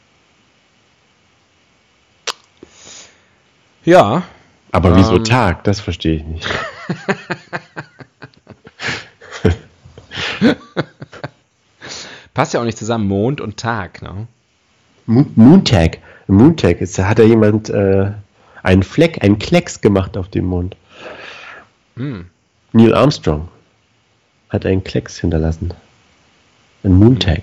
Ja. Aber wieso Ähm. Tag? Das verstehe ich nicht. Passt ja auch nicht zusammen, Mond und Tag, ne? Moon- Moontag. Moontag. Jetzt hat da jemand äh, einen Fleck, einen Klecks gemacht auf dem Mond. Hm. Neil Armstrong hat einen Klecks hinterlassen. Ein Moontag.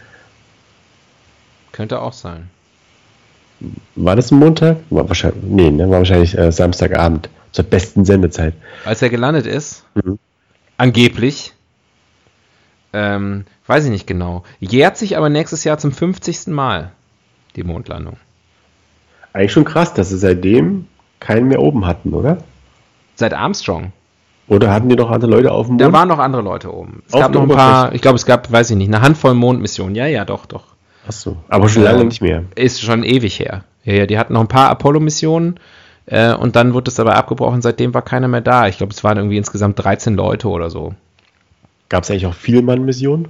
Könnte auch sein. War das ein Montag? War wahrscheinlich, nee, ne, war wahrscheinlich äh, Samstagabend. Zur besten Sendezeit. Als er gelandet ist, Mhm. angeblich, ähm, weiß ich nicht genau, jährt sich aber nächstes Jahr zum fünfzigsten Mal die Mondlandung. Eigentlich schon krass, dass sie seitdem keinen mehr oben hatten, oder? Seit Armstrong. Oder hatten die noch andere Leute auf dem Mond? Da waren noch andere Leute oben. Es Auf gab der noch ein paar, Oberfläche. ich glaube, es gab, weiß ich nicht, eine Handvoll Mondmissionen. Ja, ja, doch, doch. Achso, aber schon lange Ähm, nicht mehr. Ist schon ewig her. Ja, ja, die hatten noch ein paar Apollo-Missionen äh, und dann wurde es aber abgebrochen. Seitdem war keiner mehr da. Ich glaube, es waren irgendwie insgesamt dreizehn Leute oder so. Gab es eigentlich auch Vielmann-Missionen?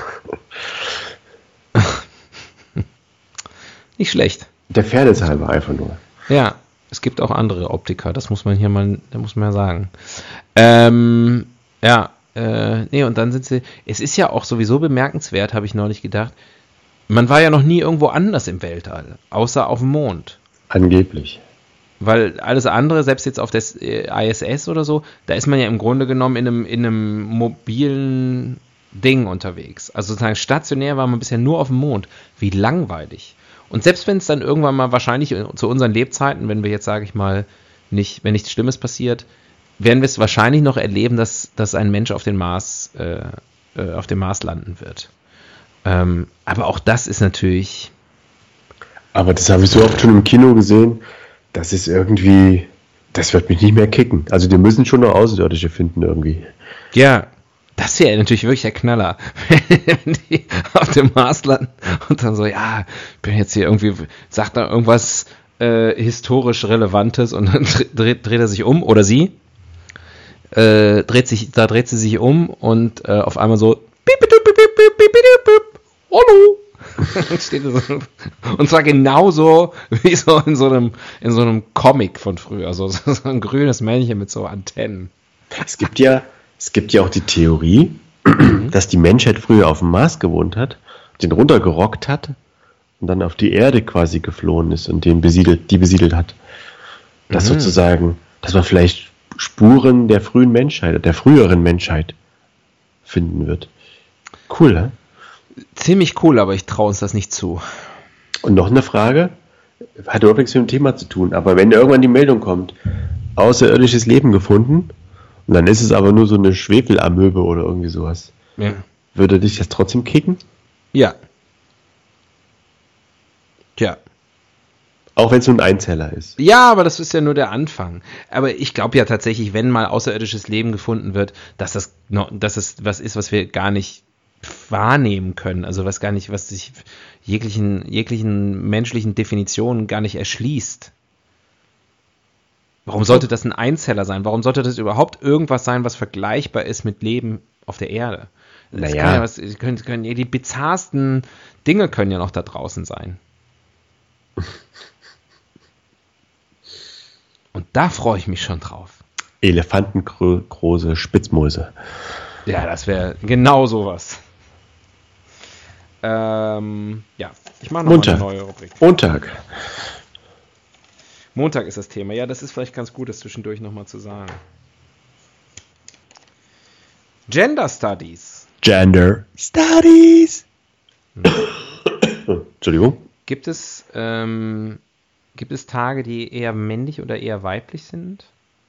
Nicht schlecht. Der Fairness halber einfach nur. Ja, es gibt auch andere Optiker. Das muss man hier mal, da muss man ja sagen. Ähm, ja, äh, nee, und dann sind sie. Es ist ja auch sowieso bemerkenswert, habe ich neulich gedacht. Man war ja noch nie irgendwo anders im Weltall, außer auf dem Mond. Angeblich. Weil alles andere, selbst jetzt auf das äh, I S S oder so, da ist man ja im Grunde genommen in einem, in einem mobilen Ding unterwegs. Also sozusagen stationär war man bisher nur auf dem Mond. Wie langweilig. Und selbst wenn es dann irgendwann mal wahrscheinlich zu unseren Lebzeiten, wenn wir jetzt, sage ich mal, nicht, wenn nichts Schlimmes passiert, werden wir es wahrscheinlich noch erleben, dass, dass ein Mensch auf den Mars, äh, äh, auf dem Mars landen wird. Ähm, aber auch das ist natürlich. Aber das habe ich so oft schon im Kino gesehen, das ist irgendwie, das wird mich nicht mehr kicken. Also die müssen schon noch Außerirdische finden irgendwie. Ja, das wäre natürlich wirklich der Knaller, wenn die auf dem Mars landen und dann so, ja, ich bin jetzt hier irgendwie, sagt da irgendwas äh, historisch Relevantes und dann dreht, dreht er sich um oder sie, äh, dreht sich, da dreht sie sich um und äh, auf einmal so, piep, piep, piep, piep, piep, piep, piep, piep, hallo. Und steht so, und zwar genauso wie so in so einem, in so einem Comic von früher, so, so ein grünes Männchen mit so Antennen. Es gibt ja, es gibt ja auch die Theorie, dass die Menschheit früher auf dem Mars gewohnt hat, den runtergerockt hat und dann auf die Erde quasi geflohen ist und den besiedelt, die besiedelt hat. Das Mhm. sozusagen, dass man vielleicht Spuren der frühen Menschheit, der früheren Menschheit finden wird. Cool, ne? Ziemlich cool, aber ich traue uns das nicht zu. Und noch eine Frage, hat überhaupt nichts mit dem Thema zu tun, aber wenn irgendwann die Meldung kommt, außerirdisches Leben gefunden, und dann ist es aber nur so eine Schwefelamöbe oder irgendwie sowas, Ja. würde dich das trotzdem kicken? Ja. Tja. Auch wenn es nur ein Einzeller ist. Ja, aber das ist ja nur der Anfang. Aber ich glaube ja tatsächlich, wenn mal außerirdisches Leben gefunden wird, dass das noch, dass es was ist, was wir gar nicht wahrnehmen können. Also was gar nicht, was sich jeglichen, jeglichen menschlichen Definitionen gar nicht erschließt. Warum sollte das ein Einzeller sein? Warum sollte das überhaupt irgendwas sein, was vergleichbar ist mit Leben auf der Erde? Das Naja. kann ja was, können, können, die bizarrsten Dinge können ja noch da draußen sein. Und da freue ich mich schon drauf. Elefantengroße Spitzmäuse. Ja, das wäre genau sowas. Ähm, ja, ich mache noch mal Montag. eine neue Rubrik. Montag. Montag ist das Thema. Ja, das ist vielleicht ganz gut, das zwischendurch nochmal zu sagen. Gender Studies. Gender Studies. Entschuldigung. Gibt es, ähm, gibt es Tage, die eher männlich oder eher weiblich sind?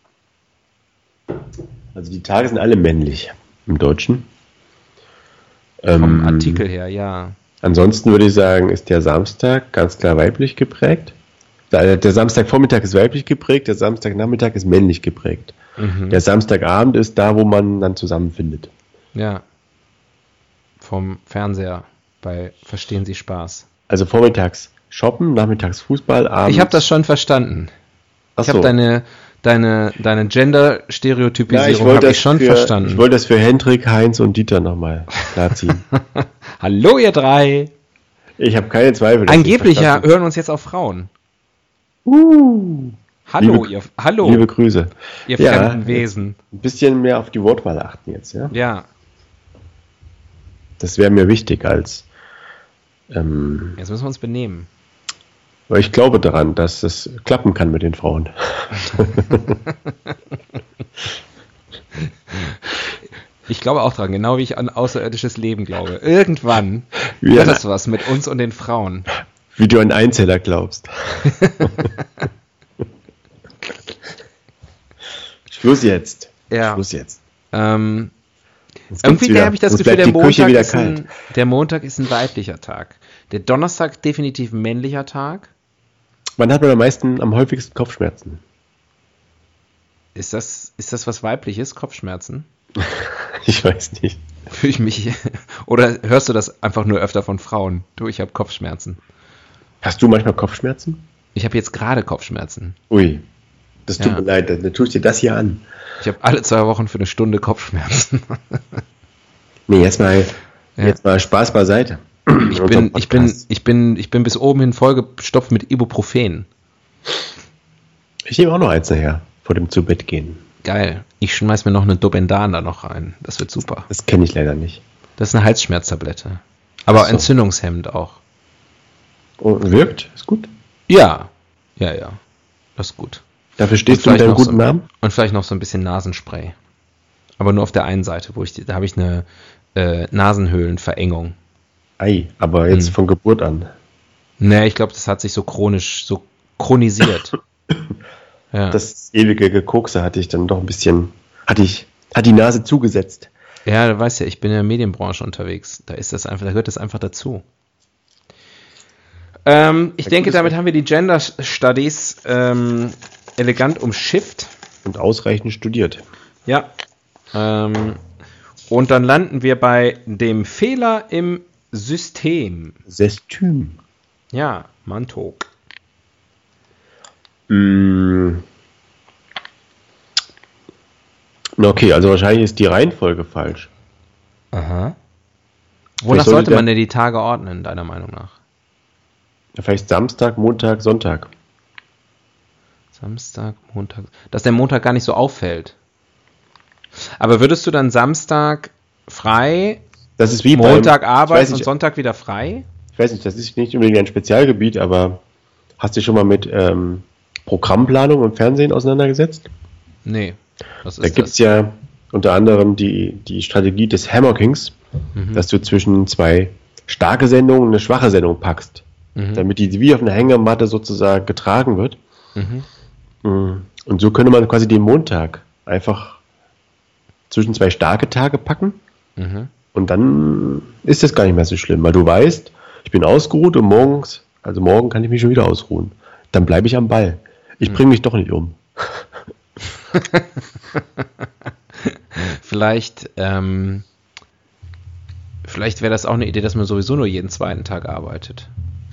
Also die Tage sind alle männlich im Deutschen. Vom Ähm, Artikel her, ja. Ansonsten würde ich sagen, ist der Samstag ganz klar weiblich geprägt. Der, der Samstagvormittag ist weiblich geprägt, der Samstagnachmittag ist männlich geprägt. Mhm. Der Samstagabend ist da, wo man dann zusammenfindet. Ja. Vom Fernseher bei Verstehen Sie Spaß. Also vormittags shoppen, nachmittags Fußball, abends... Ich habe das schon verstanden. Ach Ich habe so. deine, deine, deine Ja, Gender-Stereotypisierung ich wollte habe das ich schon für, verstanden. Ich wollte das für Hendrik, Heinz und Dieter nochmal klarziehen. Hallo ihr drei! Ich habe keine Zweifel. dass Angeblich ich ja, verstanden- hören uns jetzt auch Frauen. Uh, Hallo, Liebe- ihr, hallo, Liebe Grüße. ihr Ja, fremden Wesen. Ein bisschen mehr auf die Wortwahl achten jetzt, ja? Ja, Das wäre mir wichtig als... Ähm, jetzt müssen wir uns benehmen. weil ich glaube daran, dass es klappen kann mit den Frauen. Ich glaube auch dran, genau wie ich an außerirdisches Leben glaube. Irgendwann Ja. wird das was mit uns und den Frauen. Wie du an Einzeller glaubst. Schluss jetzt. Ja. Schluss jetzt. Ähm, Jetzt gibt's irgendwie wieder- habe ich das jetzt Gefühl, bleibt der die Küche Montag, wieder ist kalt. ein, der Montag ist ein weiblicher Tag. Der Donnerstag definitiv ein männlicher Tag. Wann hat man am meisten, am häufigsten Kopfschmerzen? Ist das, ist das was weibliches, Kopfschmerzen? Ich weiß nicht. Fühle ich mich. Oder hörst du das einfach nur öfter von Frauen? Du, ich habe Kopfschmerzen. Hast du manchmal Kopfschmerzen? Ich habe jetzt gerade Kopfschmerzen. Ui, das tut Ja. mir leid, dann tust dir das hier an. Ich habe alle zwei Wochen für eine Stunde Kopfschmerzen. Nee, jetzt mal, Ja. jetzt mal Spaß beiseite. Ich bin, ich bin, ich bin, ich bin bis oben hin vollgestopft mit Ibuprofen. Ich nehme auch noch eins nachher, vor dem Zubettgehen. Geil. Ich schmeiß mir noch eine Dobendan da noch rein. Das wird super. Das kenne ich leider nicht. Das ist eine Halsschmerztablette. Aber Ach so. entzündungshemmend auch. Und wirkt? Ist gut. Ja. Ja, ja. Das ist gut. Dafür stehst Und du mit vielleicht deinem noch guten so, Namen? Und vielleicht noch so ein bisschen Nasenspray. Aber nur auf der einen Seite, wo ich, die- da habe ich eine äh, Nasenhöhlenverengung. Ei, aber jetzt Hm. von Geburt an. Nee, ich glaube, das hat sich so chronisch, so chronisiert. Ja. Das ewige Gekokse hatte ich dann doch ein bisschen, hatte ich, hat die Nase zugesetzt. Ja, du weißt ja, ich bin in der Medienbranche unterwegs. Da ist das einfach, da gehört das einfach dazu. Ähm, ich Ja, denke, gutes damit Recht. haben wir die Gender Studies ähm, elegant umschifft. Und ausreichend studiert. Ja. Ähm, und dann landen wir bei dem Fehler im System. System. Ja, Mantok. Mm. Na, Okay, also wahrscheinlich ist die Reihenfolge falsch. Aha. Wonach Vielleicht sollte sollte der- man denn die Tage ordnen, deiner Meinung nach? Vielleicht Samstag, Montag, Sonntag. Samstag, Montag. Dass der Montag gar nicht so auffällt. Aber würdest du dann Samstag frei, Das ist wie Montag beim, arbeiten ich weiß, und nicht, Sonntag wieder frei? ich weiß nicht, das ist nicht unbedingt ein Spezialgebiet, aber hast du dich schon mal mit ähm, Programmplanung im Fernsehen auseinandergesetzt? Nee. Was Da ist gibt es das? ja unter anderem die, die Strategie des Hammer Kings, Mhm. dass du zwischen zwei starke Sendungen und eine schwache Sendung packst, Mhm. damit die wie auf einer Hängematte sozusagen getragen wird. Mhm. Und so könnte man quasi den Montag einfach zwischen zwei starke Tage packen Mhm. und dann ist das gar nicht mehr so schlimm, weil du weißt, ich bin ausgeruht und morgens, also morgen kann ich mich schon wieder ausruhen. Dann bleibe ich am Ball. Ich bringe mich doch nicht um. Vielleicht, ähm, vielleicht wäre das auch eine Idee, dass man sowieso nur jeden zweiten Tag arbeitet.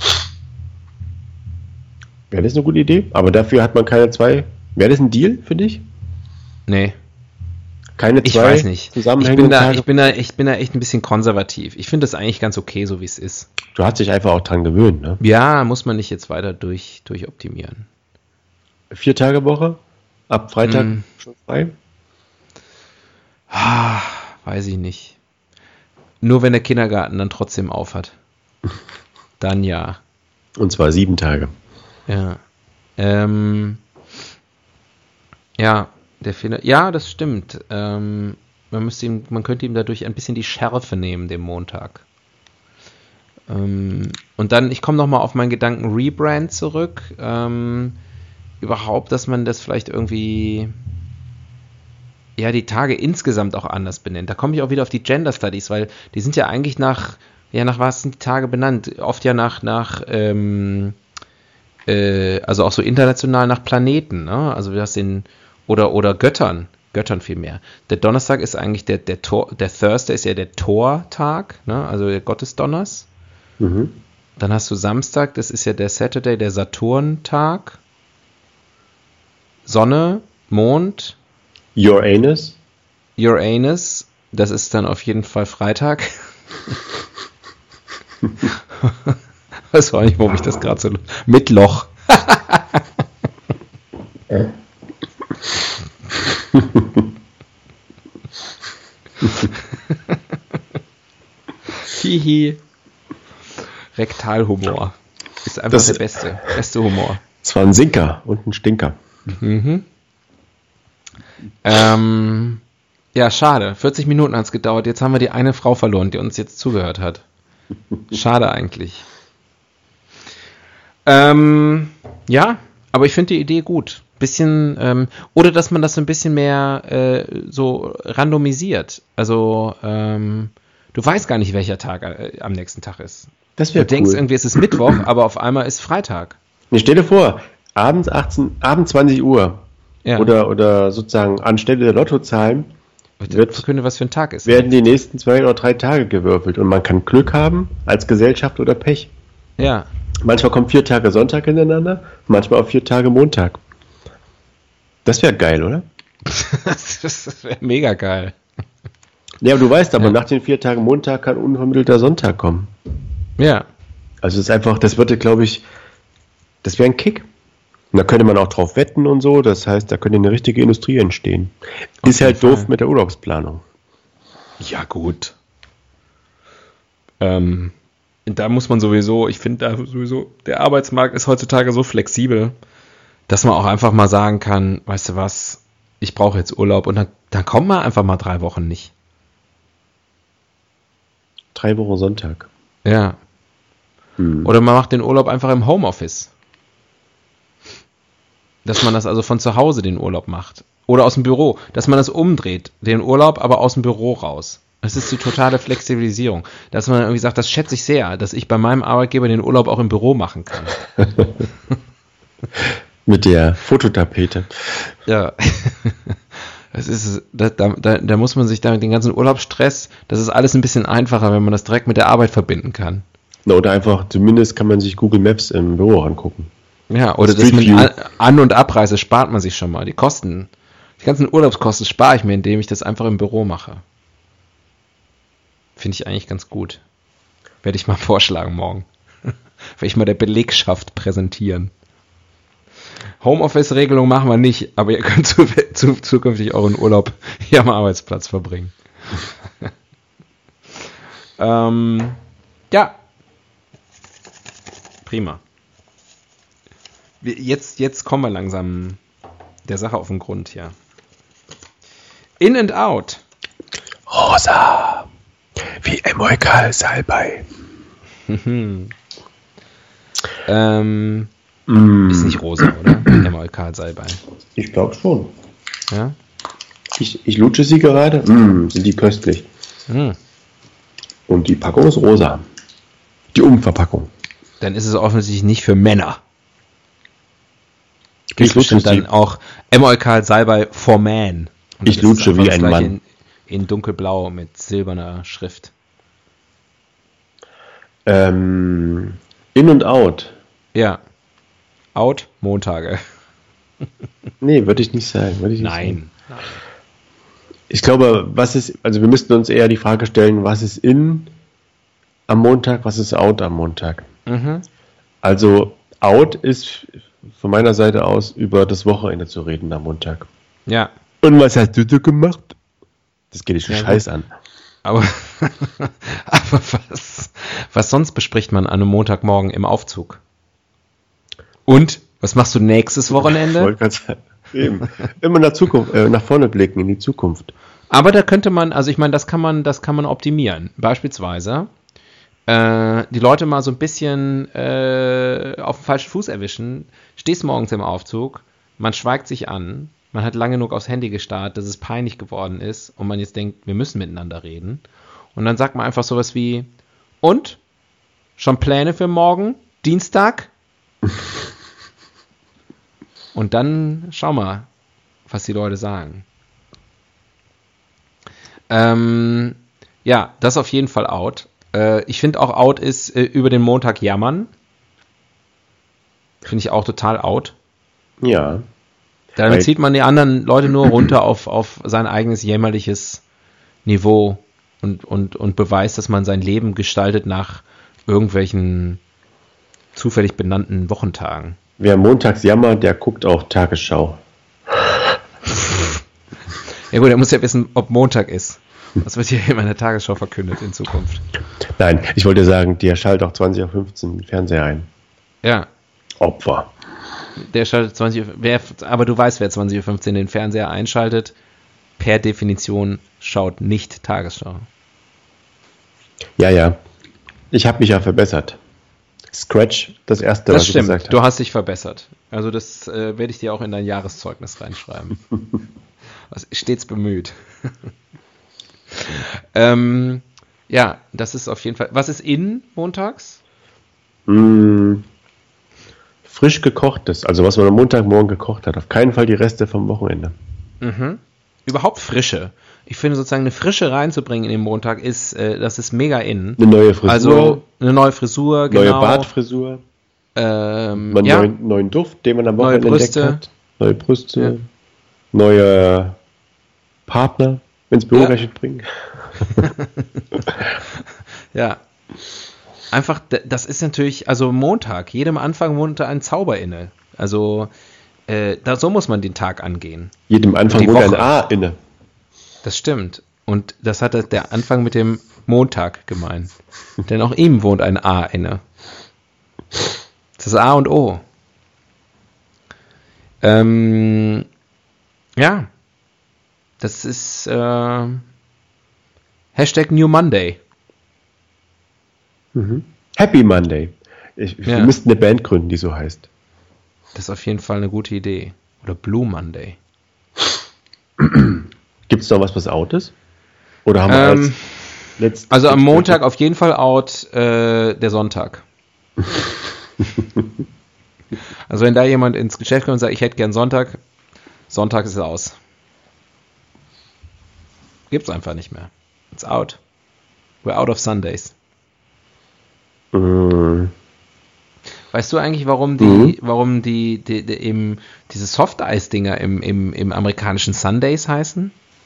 Wäre das eine gute Idee? Aber dafür hat man keine zwei. Wäre das ein Deal für dich? Nee, Keine ich zwei weiß nicht. Ich zusammenhängenden bin, da, Tage? ich, bin da, ich bin da echt ein bisschen konservativ. Ich finde das eigentlich ganz okay, so wie es ist. Du hast dich einfach auch dran gewöhnt, ne? Ja, muss man nicht jetzt weiter durch, durch optimieren. Vier Tage Woche? Ab Freitag Mm. schon frei? Ah, weiß ich nicht. Nur wenn der Kindergarten dann trotzdem auf hat. Dann ja. Und zwar sieben Tage. Ja. Ähm, ja, der Fehler. Ja, das stimmt. Ähm, man müsste ihm, man könnte ihm dadurch ein bisschen die Schärfe nehmen, dem Montag. Ähm, und dann, ich komme nochmal auf meinen Gedanken Rebrand zurück. Ähm, überhaupt, dass man das vielleicht irgendwie, ja, die Tage insgesamt auch anders benennt. Da komme ich auch wieder auf die Gender Studies, weil die sind ja eigentlich nach, ja, nach was sind die Tage benannt? Oft ja nach, nach, ähm, äh, also auch so international nach Planeten, ne? Also du hast den, oder, oder Göttern, Göttern vielmehr. Der Donnerstag ist eigentlich der, der Tor, der Thursday ist ja der Tortag, ne? Also der Gott des Donners. Mhm. Dann hast du Samstag, das ist ja der Saturday, der Saturntag. Sonne, Mond, Uranus. Uranus, das ist dann auf jeden Fall Freitag. Weiß auch nicht, warum ich das gerade so... Mittwoch. Hihi. Rektalhumor. Ist einfach Das- der beste. Beste Humor. Es war ein Sinker und ein Stinker. Mhm. Ähm, ja, schade. vierzig Minuten hat es gedauert. Jetzt haben wir die eine Frau verloren, die uns jetzt zugehört hat. Schade eigentlich. Ähm, ja, aber ich finde die Idee gut. Bisschen, ähm, oder dass man das so ein bisschen mehr äh, so randomisiert. Also, ähm, du weißt gar nicht, welcher Tag äh, am nächsten Tag ist. Das Du wäre denkst cool. irgendwie, es ist Mittwoch, aber auf einmal ist Freitag. Nee, stell dir vor, abends achtzehn, abends zwanzig Uhr Ja. oder, oder sozusagen anstelle der Lottozahlen wird- Verkünde, was für ein Tag ist. werden die nächsten zwei oder drei Tage gewürfelt und man kann Glück haben als Gesellschaft oder Pech. Ja. Manchmal kommen vier Tage Sonntag hintereinander, manchmal auch vier Tage Montag. Das wäre geil, oder? Das wäre mega geil. Ja, aber du weißt aber, Ja. nach den vier Tagen Montag kann unvermittelter Sonntag kommen. Ja. Also das ist einfach, das würde, glaube ich, das wäre ein Kick. Und da könnte man auch drauf wetten und so, das heißt, da könnte eine richtige Industrie entstehen. Auf Ist jeden halt doof Fall. mit der Urlaubsplanung. Ja, gut. Ähm, da muss man sowieso, ich finde da sowieso, der Arbeitsmarkt ist heutzutage so flexibel, dass man auch einfach mal sagen kann, weißt du was, ich brauche jetzt Urlaub und dann, dann kommt man einfach mal drei Wochen nicht. Drei Wochen Sonntag. Ja. Hm. Oder man macht den Urlaub einfach im Homeoffice. Dass man das also von zu Hause den Urlaub macht. Oder aus dem Büro. Dass man das umdreht, den Urlaub aber aus dem Büro raus. Das ist die totale Flexibilisierung. Dass man irgendwie sagt, das schätze ich sehr, dass ich bei meinem Arbeitgeber den Urlaub auch im Büro machen kann. Mit der Fototapete. Ja. Das ist, da, da, da muss man sich da den ganzen Urlaubsstress, das ist alles ein bisschen einfacher, wenn man das direkt mit der Arbeit verbinden kann. Na, oder einfach, zumindest kann man sich Google Maps im Büro angucken. Ja, oder das Street mit View. An- An- und Abreise spart man sich schon mal. Die Kosten, die ganzen Urlaubskosten spare ich mir, indem ich das einfach im Büro mache. Finde ich eigentlich ganz gut. Werde ich mal vorschlagen morgen. Werde ich mal der Belegschaft präsentieren. Homeoffice-Regelung machen wir nicht, aber ihr könnt zu, zu, zukünftig euren Urlaub hier am Arbeitsplatz verbringen. ähm, ja. Prima. Wir- Jetzt, jetzt kommen wir langsam der Sache auf den Grund hier. In and Out. Rosa. Wie Emolkal Salbei. Ähm, Mm. ist nicht rosa, oder? Emolkal Salbei. Ich glaube schon. Ja? Ich, ich lutsche sie gerade. Mm, sind die köstlich. Hm. Und die Packung ist rosa. Die Umverpackung. Dann ist es offensichtlich nicht für Männer. Ich Gibt lutsche bestimmt dann sie. auch Emolkal Salbei for Man. Und Ich das ist lutsche einfach wie das ein gleiche Mann. In, in dunkelblau mit silberner Schrift. Ähm, in und out. Ja. Out, Montage. Nee, würde ich nicht sagen. Würde ich nicht sagen. Nein. Ich glaube, was ist, also wir müssten uns eher die Frage stellen, was ist in am Montag, was ist out am Montag? Mhm. Also out ist von meiner Seite aus über das Wochenende zu reden am Montag. Ja. Und was hast du so gemacht? Das geht dich schon Ja, scheiß an. Aber, aber was, was sonst bespricht man an einem Montagmorgen im Aufzug? Und, was machst du nächstes Ich Wochenende? wollte gerade sagen, eben. Immer nach Zukunft, äh, nach vorne blicken in die Zukunft. Aber da könnte man, also ich meine, das kann man, das kann man optimieren. Beispielsweise äh, die Leute mal so ein bisschen äh, auf den falschen Fuß erwischen. Stehst morgens im Aufzug, man schweigt sich an, man hat lange genug aufs Handy gestarrt, dass es peinlich geworden ist und man jetzt denkt, wir müssen miteinander reden. Und dann sagt man einfach sowas wie, und? Schon Pläne für morgen? Dienstag? Und dann schau mal, was die Leute sagen. Ähm, ja, das auf jeden Fall out. Äh, ich finde auch out ist äh, über den Montag jammern. Finde ich auch total out. Ja. Damit Weil- zieht man die anderen Leute nur runter auf, auf sein eigenes jämmerliches Niveau und, und, und beweist, dass man sein Leben gestaltet nach irgendwelchen zufällig benannten Wochentagen. Wer montags jammert, der guckt auch Tagesschau. Ja gut, er muss ja wissen, ob Montag ist. Das wird hier in meiner Tagesschau verkündet in Zukunft. Nein, ich wollte sagen, der schaltet auch zwanzig Uhr fünfzehn den Fernseher ein. Ja, Opfer. der schaltet zwanzig Uhr, wer, aber du weißt, wer zwanzig Uhr fünfzehn den Fernseher einschaltet, per Definition schaut nicht Tagesschau. Ja, ja. Ich habe mich ja verbessert. Scratch, das erste, Das was ich stimmt, gesagt du habe. hast dich verbessert. Also das äh, werde ich dir auch in dein Jahreszeugnis reinschreiben. Das ist stets bemüht. ähm, ja, das ist auf jeden Fall. Was ist in montags? Mm, frisch gekochtes, also was man am Montagmorgen gekocht hat. Auf keinen Fall die Reste vom Wochenende. Mhm. Überhaupt Frische. Ich finde sozusagen eine Frische reinzubringen in den Montag ist, äh, das ist mega in. Eine neue Frisur, Also eine neue Frisur, genau. neue Bartfrisur, Ähm, mal einen ja, neuen, neuen Duft, den man am Neue Wochenende entdeckt Brüste. hat. Neue Brüste, Ja. neue Partner, ins Büro Ja. gleich bringen. ja. Einfach, d- das ist natürlich, also Montag, jedem Anfang wohnte ein Zauber inne. Also, äh, da, so muss man den Tag angehen. Jedem Anfang Die wohnt ein Woche. A inne. Das stimmt. Und das hat der Anfang mit dem Montag gemeint. Denn auch ihm wohnt ein A inne. Das ist A und O. Ähm, ja. Das ist äh, Hashtag New Monday. Happy Monday. Ich, Ja. Wir müssten eine Band gründen, die so heißt. Das ist auf jeden Fall eine gute Idee. Oder Blue Monday. Gibt es noch was, was out ist? Oder haben wir Ähm, als letztes... Also am Montag auf jeden Fall out äh, der Sonntag. Also wenn da jemand ins Geschäft kommt und sagt, ich hätte gern Sonntag, Sonntag ist aus. Gibt's einfach nicht mehr. It's out. We're out of Sundays. Mm, Weißt du eigentlich, warum die, Mhm. warum die, die, die im, diese Soft-Eis-Dinger im, im, im amerikanischen Sundays heißen?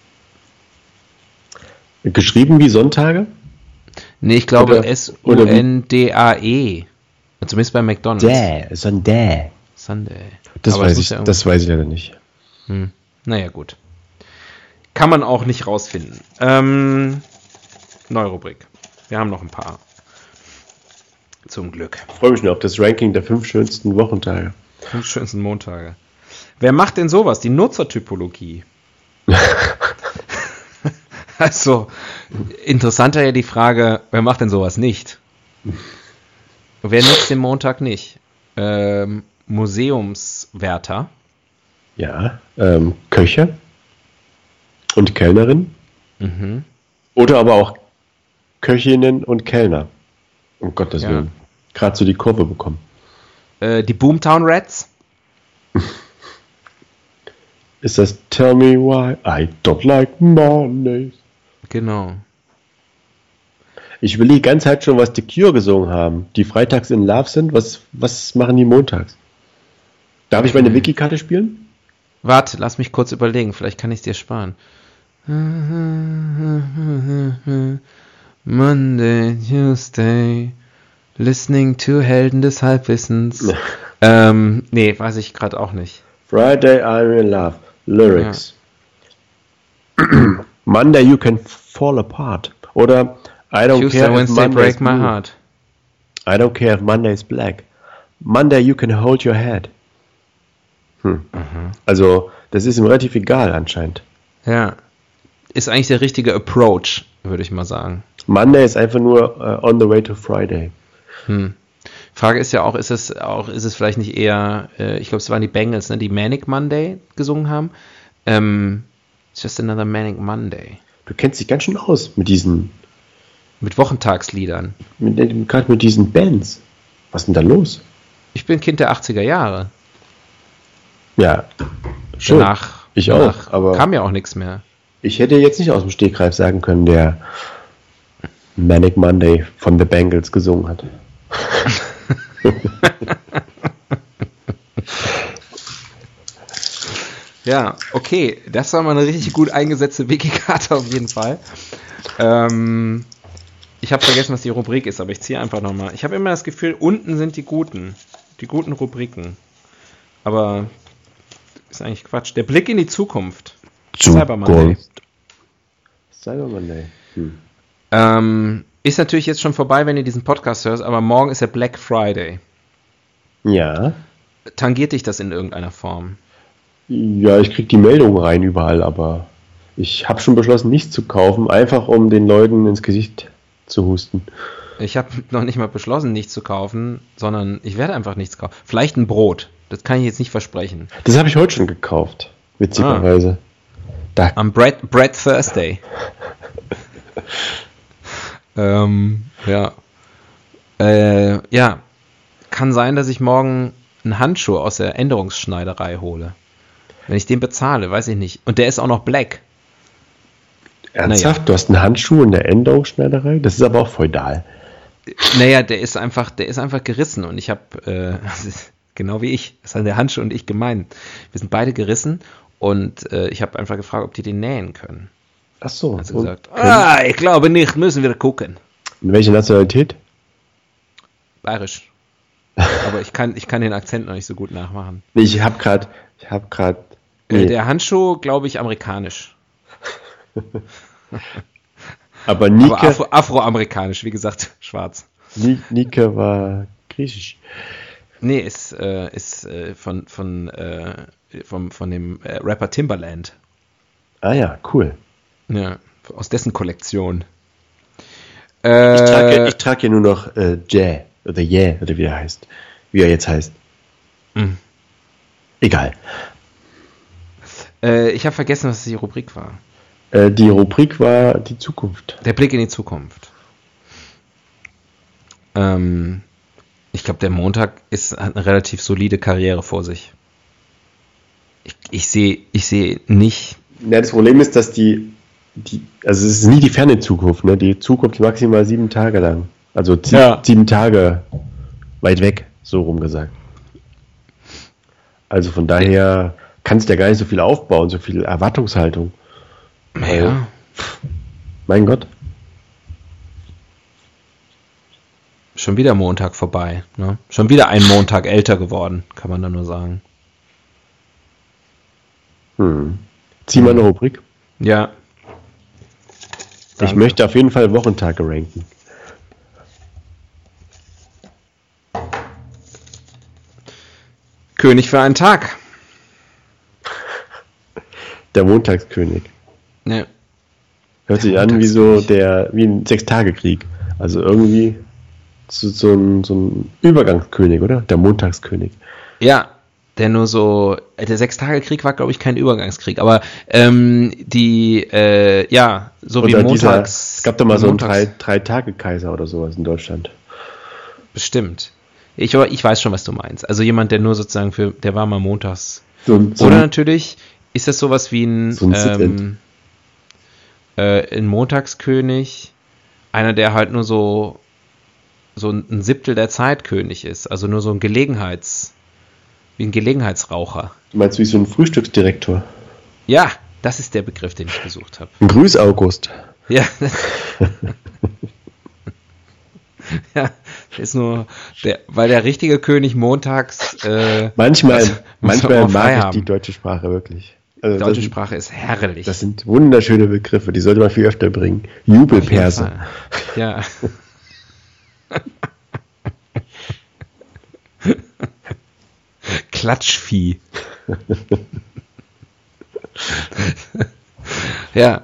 geschrieben wie Sonntage? Nee, ich glaube Oder- S U oder wie- N D A E. Zumindest bei McDonald's. Dä, Sonntag. Sunday. Das Aber weiß muss ich, ja das weiß ich leider nicht. Hm. Naja, gut. Kann man auch nicht rausfinden. Ähm, neue Rubrik. Wir haben noch ein paar. Zum Glück. Ich freue mich schon auf das Ranking der fünf schönsten Wochentage. Fünf schönsten Montage. Wer macht denn sowas? Die Nutzertypologie. Also, interessanter ja die Frage, wer macht denn sowas nicht? Wer nutzt den Montag nicht? Ähm, Museumswärter. Ja, ähm, Köche und Kellnerin. Mhm. Oder aber auch Köchinnen und Kellner. Um Gottes Ja. Willen. Gerade so die Kurve bekommen. Äh, die Boomtown Rats. Ist das Tell me why I don't like Mondays? Genau. Ich will die ganze Zeit schon, was The Cure gesungen haben. Die freitags in Love sind. Was, was machen die montags? Darf ich meine Wiki-Karte spielen? Warte, lass mich kurz überlegen. Vielleicht kann ich es dir sparen. Monday, Tuesday, listening to Helden des Halbwissens. ähm, nee, weiß ich gerade auch nicht. Friday I'm in love. Lyrics. Monday you can fall apart. Oder I don't Tuesday, care if Wednesday, Monday's break my blue. heart. I don't care if Monday's black. Monday you can hold your head. Hm. Also, das ist ihm relativ egal anscheinend. Ja. Ist eigentlich der richtige Approach, würde ich mal sagen. Monday ist einfach nur uh, on the way to Friday. Hm. Frage ist ja auch, ist es auch, ist es vielleicht nicht eher, äh, ich glaube, es waren die Bengals, ne, die Manic Monday gesungen haben. Ähm, it's just another Manic Monday. Du kennst dich ganz schön aus mit diesen, Mit Wochentagsliedern. mit, gerade mit diesen Bands. Was ist denn da los? Ich bin Kind der achtziger Jahre. Ja, schon. Danach, ich danach auch, aber kam ja auch nichts mehr. ich hätte jetzt nicht aus dem Stegreif sagen können, der Manic Monday von The Bangles gesungen hat. Ja, okay, das war mal eine richtig gut eingesetzte Wiki-Karte auf jeden Fall. Ähm, ich habe vergessen, was die Rubrik ist, aber ich ziehe einfach nochmal. Ich habe immer das Gefühl, unten sind die guten, die guten Rubriken. Aber ist eigentlich Quatsch. Der Blick in die Zukunft. Cyber Monday. Cyber Monday. Hm. Ähm, ist natürlich jetzt schon vorbei, wenn ihr diesen Podcast hört, aber morgen ist der Black Friday. Ja. Tangiert dich das in irgendeiner Form? Ja, ich krieg die Meldungen rein überall, aber ich habe schon beschlossen, nichts zu kaufen, einfach um den Leuten ins Gesicht zu husten. Ich habe noch nicht mal beschlossen, nichts zu kaufen, sondern ich werde einfach nichts kaufen. Vielleicht ein Brot. Das kann ich jetzt nicht versprechen. Das habe ich heute schon gekauft, witzigerweise. Da. Am Bread, Bread Thursday. ähm, ja. Äh, ja. Kann sein, dass ich morgen einen Handschuh aus der Änderungsschneiderei hole. Wenn ich den bezahle, weiß ich nicht. Und der ist auch noch black. Ernsthaft? Naja. Du hast einen Handschuh in der Änderungsschneiderei? Das ist aber auch feudal. Naja, der ist einfach, der ist einfach gerissen und ich habe, äh, genau wie ich, das haben der Handschuh und ich gemein. Wir sind beide gerissen und äh, ich habe einfach gefragt, ob die den nähen können. Ach so. Hat sie gesagt, ah, ich glaube nicht, müssen wir gucken. In welche Nationalität? Bayerisch. Aber ich kann, ich kann den Akzent noch nicht so gut nachmachen. Nee, ich habe gerade, ich habe gerade. Nee. Äh, der Handschuh, glaube ich, amerikanisch. Aber Nike. Aber Afro, afroamerikanisch, wie gesagt, schwarz. Nike war griechisch. Nee, ist, äh, ist äh, von, von, äh, vom, von dem äh, Rapper Timbaland. Ah ja, cool. Ja, aus dessen Kollektion. Äh, ich trage ich trage hier nur noch äh, Jay oder Yeah oder wie er heißt. Wie er jetzt heißt. Mhm. Egal. Äh, ich habe vergessen, was die Rubrik war. Äh, die Rubrik war die Zukunft. Der Blick in die Zukunft. Ähm, ich glaube, der Montag ist, hat eine relativ solide Karriere vor sich. Ich, ich sehe ich seh nicht... Ja, das Problem ist, dass die, die, also es ist nie die ferne Zukunft, ne? Die Zukunft ist maximal sieben Tage lang. Also sie, Ja. sieben Tage weit weg, so rum gesagt. Also von daher kannst du ja gar nicht so viel aufbauen, so viel Erwartungshaltung. Ja. Mein Gott. Schon wieder Montag vorbei. Ne? Schon wieder ein Montag älter geworden, kann man da nur sagen. Hm. Zieh mal eine Rubrik. Ja. Ich Danke. möchte auf jeden Fall Wochentage ranken. König für einen Tag. Der Montagskönig. Ja. Hört sich Der an wie so Montagskönig. der, wie ein Sechstagekrieg. Also irgendwie so, so, ein, so ein Übergangskönig, oder? Der Montagskönig. Ja, der nur so, der Sechstagekrieg war, glaube ich, kein Übergangskrieg, aber ähm, die, äh, ja, so wie Oder montags. dieser, es gab doch mal so einen montags- drei, drei Tage Kaiser oder sowas in Deutschland. Bestimmt. Ich, ich weiß schon, was du meinst. Also jemand, der nur sozusagen für, der war mal montags. So, ein- so Oder ein- natürlich ist das sowas wie ein, So ein ähm, äh, ein Montagskönig, einer, der halt nur so, so ein Siebtel der Zeit König ist. Also nur so ein Gelegenheits, wie ein Gelegenheitsraucher. Du meinst wie so ein Frühstücksdirektor? Ja, das ist der Begriff, den ich gesucht habe. Ein Grüß August. Ja. Ja, der ist nur, der, weil der richtige König montags. Äh, Manchmal, muss- muss manchmal auch frei mag ich haben. die deutsche Sprache wirklich. Also Die deutsche das, Sprache ist herrlich. das sind wunderschöne Begriffe, die sollte man viel öfter bringen. Jubelperse. Ja. Klatschvieh. Ja.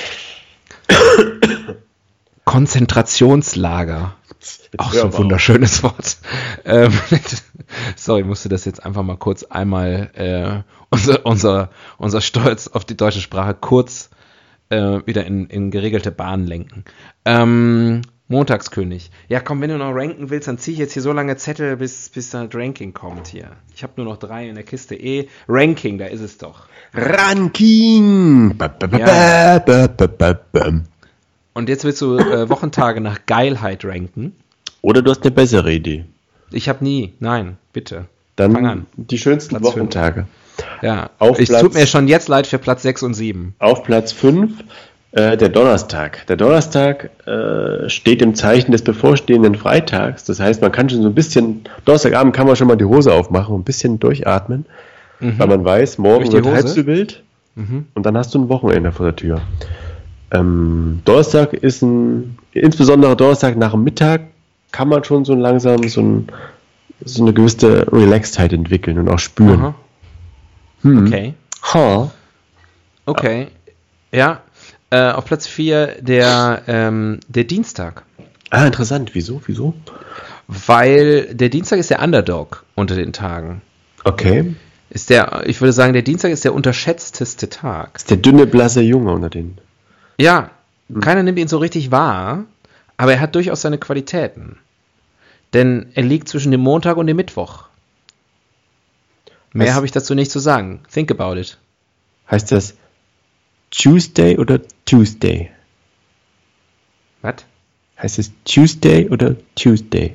Konzentrationslager. Auch so ein wunderschönes Wort. Ähm, sorry, ich musste das jetzt einfach mal kurz einmal äh, unser, unser, unser Stolz auf die deutsche Sprache kurz äh, wieder in, in geregelte Bahnen lenken. Ähm, Montagskönig. Ja, komm, wenn du noch ranken willst, dann zieh ich jetzt hier so lange Zettel, bis, bis das Ranking kommt hier. Ich habe nur noch drei in der Kiste. Eh, Ranking, da ist es doch. Ranking! Ba, ba, ba, Ja. ba, ba, ba, ba. Und jetzt willst du äh, Wochentage nach Geilheit ranken? Oder du hast eine bessere Idee. Ich habe nie. Nein, bitte. Dann Fang an. die schönsten Platz Wochentage. Ja, Auf es Platz- tut mir schon jetzt leid für Platz sechs und sieben. Auf Platz fünf äh, der Donnerstag. Der Donnerstag äh, steht im Zeichen des bevorstehenden Freitags. Das heißt, man kann schon so ein bisschen, Donnerstagabend kann man schon mal die Hose aufmachen und ein bisschen durchatmen, weil man weiß, morgen Durch die wird Hose? halb so wild und dann hast du ein Wochenende vor der Tür. Ähm, Donnerstag ist ein, insbesondere Donnerstag nach dem Mittag, kann man schon so langsam so, ein, so eine gewisse Relaxedheit entwickeln und auch spüren. Aha. Hm. Okay. Ha. Okay. Ja. Äh, auf Platz vier der, ähm, der Dienstag. Ah, interessant. Wieso? Wieso? Weil der Dienstag ist der Underdog unter den Tagen. Okay. Ist der, ich würde sagen, der Dienstag ist der unterschätzteste Tag. Ist der dünne, blasse Junge unter den. Ja, keiner nimmt ihn so richtig wahr, aber er hat durchaus seine Qualitäten. Denn er liegt zwischen dem Montag und dem Mittwoch. Mehr Was- habe ich dazu nicht zu sagen. Think about it. Heißt das Tuesday oder Tuesday? Was? Heißt es Tuesday oder Tuesday?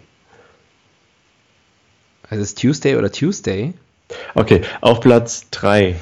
Also ist es Tuesday oder Tuesday? Okay, auf Platz drei.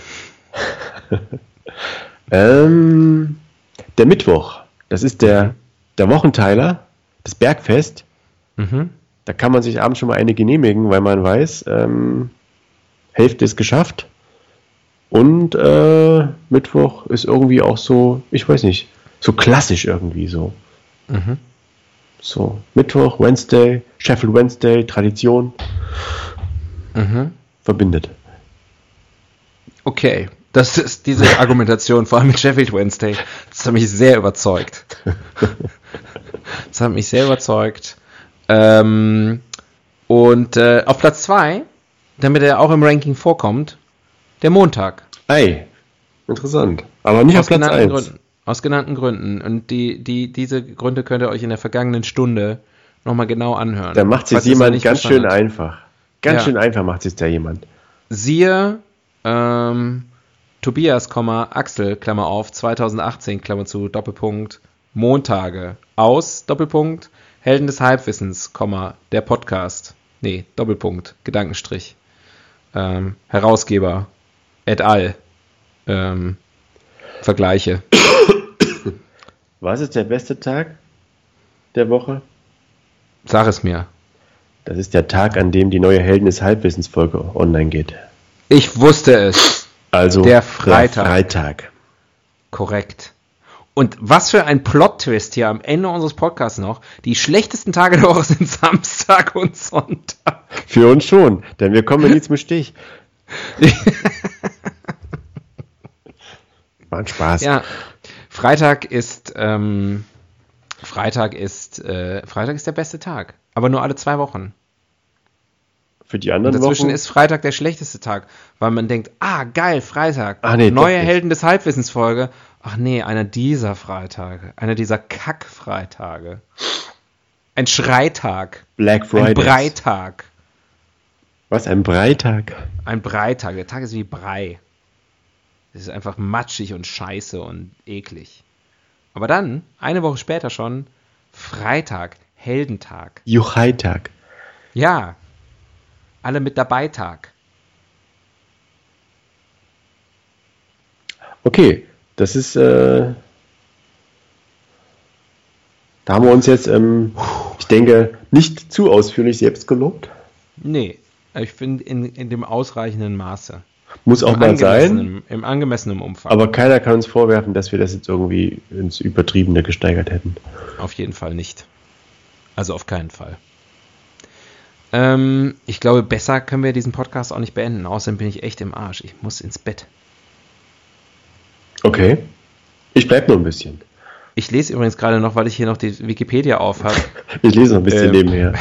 ähm, der Mittwoch. Das ist der, der Wochenteiler, das Bergfest. Mhm. Da kann man sich abends schon mal eine genehmigen, weil man weiß, ähm, Hälfte ist geschafft. Und äh, Mittwoch ist irgendwie auch so, ich weiß nicht, so klassisch irgendwie so. Mhm. So, Mittwoch, Wednesday, Sheffield Wednesday, Tradition, Mhm. verbindet. Okay, das ist diese Argumentation, vor allem mit Sheffield Wednesday. Das hat mich sehr überzeugt. Das hat mich sehr überzeugt. Ähm, und äh, auf Platz zwei, damit er auch im Ranking vorkommt, der Montag. Ei, interessant. Aber nicht auf Platz genannten eins. Gründen. Aus genannten Gründen. Und die, die, diese Gründe könnt ihr euch in der vergangenen Stunde nochmal genau anhören. Da macht es Falls ihr es noch jemand nicht ganz schön verstanden habt. einfach. Ganz Ja. schön einfach macht es da jemand. Siehe ähm, Tobias, Axel, Klammer auf, zweitausendachtzehn, Klammer zu, Doppelpunkt, Montage, aus, Doppelpunkt, Helden des Halbwissens, Komma, der Podcast, nee, Doppelpunkt, Gedankenstrich, ähm, Herausgeber, et al., ähm, Vergleiche. Was ist der beste Tag der Woche? Sag es mir. Das ist der Tag, an dem die neue Helden des Halbwissens Folge online geht. Ich wusste es. Also Der Freitag. Der Freitag. Korrekt. Und was für ein Plot-Twist hier am Ende unseres Podcasts noch. Die schlechtesten Tage der Woche sind Samstag und Sonntag. Für uns schon, denn wir kommen ja nie zum Stich. War ein Spaß. Ja, Freitag ist, ähm, Freitag ist, äh, Freitag ist der beste Tag. Aber nur alle zwei Wochen. Für die Und anderen dazwischen Wochen ist Freitag der schlechteste Tag, weil man denkt, ah, geil, Freitag. Ach nee, doch neue nicht. Helden des Halbwissens-Folge. Ach nee, einer dieser Freitage. Einer dieser Kack-Freitage. Ein Schreitag. Black Ein Friday. Breitag. Was, ein Breitag? Ein Breitag. Der Tag ist wie Brei. Das ist einfach matschig und scheiße und eklig. Aber dann, eine Woche später schon, Freitag, Heldentag. Juchaitag. Ja. Alle mit dabei Tag. Okay, das ist, äh, da haben wir uns jetzt, ähm, ich denke, nicht zu ausführlich selbst gelobt. Nee, ich finde in, in dem ausreichenden Maße. Muss auch Im mal sein. angemessenen- Im angemessenen Umfang. Aber keiner kann uns vorwerfen, dass wir das jetzt irgendwie ins Übertriebene gesteigert hätten. Auf jeden Fall nicht. Also auf keinen Fall. Ähm, ich glaube, besser können wir diesen Podcast auch nicht beenden. Außerdem bin ich echt im Arsch. Ich muss ins Bett. Okay. Ich bleib nur ein bisschen. Ich lese übrigens gerade noch, weil ich hier noch die Wikipedia auf habe. Ich lese noch ein bisschen Ähm. nebenher.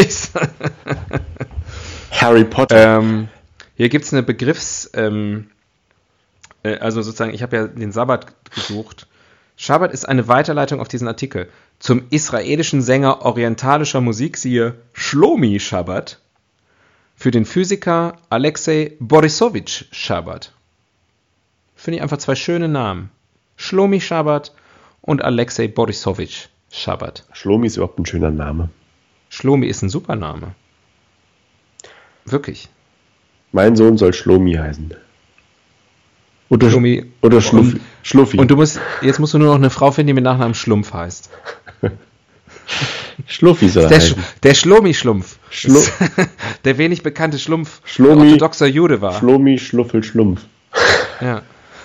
Harry Potter. ähm, hier gibt es eine Begriffs... Ähm, äh, also sozusagen, ich habe ja den Sabbat gesucht. Shabbat ist eine Weiterleitung auf diesen Artikel. Zum israelischen Sänger orientalischer Musik siehe Shlomi Shabbat. Für den Physiker Alexei Borisowitsch Shabbat. Finde ich einfach zwei schöne Namen. Shlomi Shabbat und Alexei Borisowitsch Shabbat. Shlomi ist überhaupt ein schöner Name. Shlomi ist ein super Name. Wirklich. Mein Sohn soll Shlomi heißen. Oder Shlomi. Oder Schluff, und, Schluffi. Und du musst, jetzt musst du nur noch eine Frau finden, die mit Nachnamen Schlumpf heißt. Schluffi soll er Der, heißen. Sch- der Schlomi-Schlumpf. Schlu- Der wenig bekannte Schlumpf, Schlomi, der orthodoxer Jude war. Schlomi, Schluffel, Schlumpf. Ja.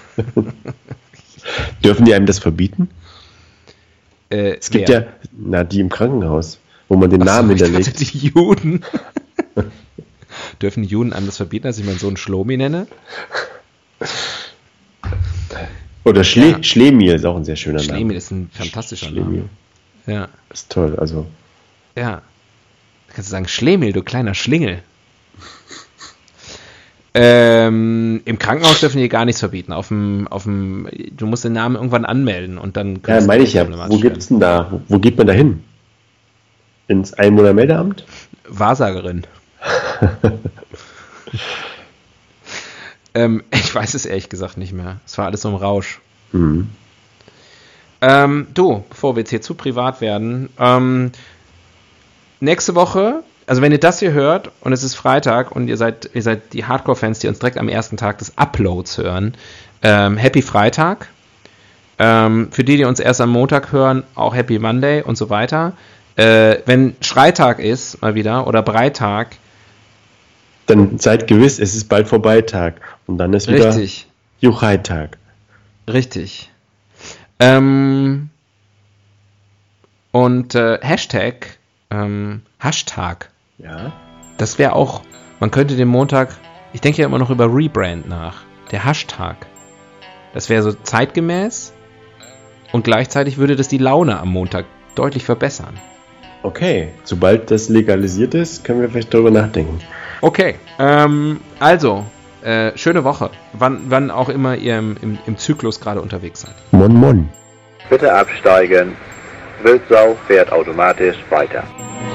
Dürfen die einem das verbieten? Äh, Es gibt wer? ja, na, die im Krankenhaus, wo man den Ach so, Namen ich dachte, hinterlegt. die Juden. Dürfen die Juden einem das verbieten, dass ich meinen Sohn Schlomi nenne? Oder Schle Ja. Schlemiel ist auch ein sehr schöner Schlemil Name. ist ein fantastischer Schlemiel. Name. Ja, Ist toll, also. ja. Da kannst du sagen, Schlemil, du kleiner Schlingel. Ähm, Im Krankenhaus dürfen die gar nichts verbieten. Auf dem, auf dem, du musst den Namen irgendwann anmelden und dann. Ja, meine ich ja. Wo gibt's denn da? Wo, wo geht man da hin? Ins Einwohnermeldeamt? Wahrsagerin. ähm, ich weiß es ehrlich gesagt nicht mehr. Es war alles so im Rausch. Mhm. Ähm, du, bevor wir jetzt hier zu privat werden, ähm, nächste Woche, also wenn ihr das hier hört und es ist Freitag und ihr seid, ihr seid die Hardcore-Fans, die uns direkt am ersten Tag des Uploads hören, ähm, Happy Freitag. Ähm, für die, die uns erst am Montag hören, auch Happy Monday und so weiter. Äh, wenn Schreitag ist, mal wieder, oder Breitag, Dann seid gewiss, es ist bald vorbei Tag. Und dann ist wieder richtig, Juchai-Tag. richtig. Ähm, und äh, Hashtag, ähm, Hashtag, Ja. das wäre auch, man könnte den Montag, ich denke ja immer noch über Rebrand nach, der Hashtag. Das wäre so zeitgemäß und gleichzeitig würde das die Laune am Montag deutlich verbessern. Okay, sobald das legalisiert ist, können wir vielleicht darüber nachdenken. Okay, ähm, also, äh, schöne Woche, wann, wann auch immer ihr im, im, im Zyklus gerade unterwegs seid. Mon Mon. Bitte absteigen. Wildsau fährt automatisch weiter.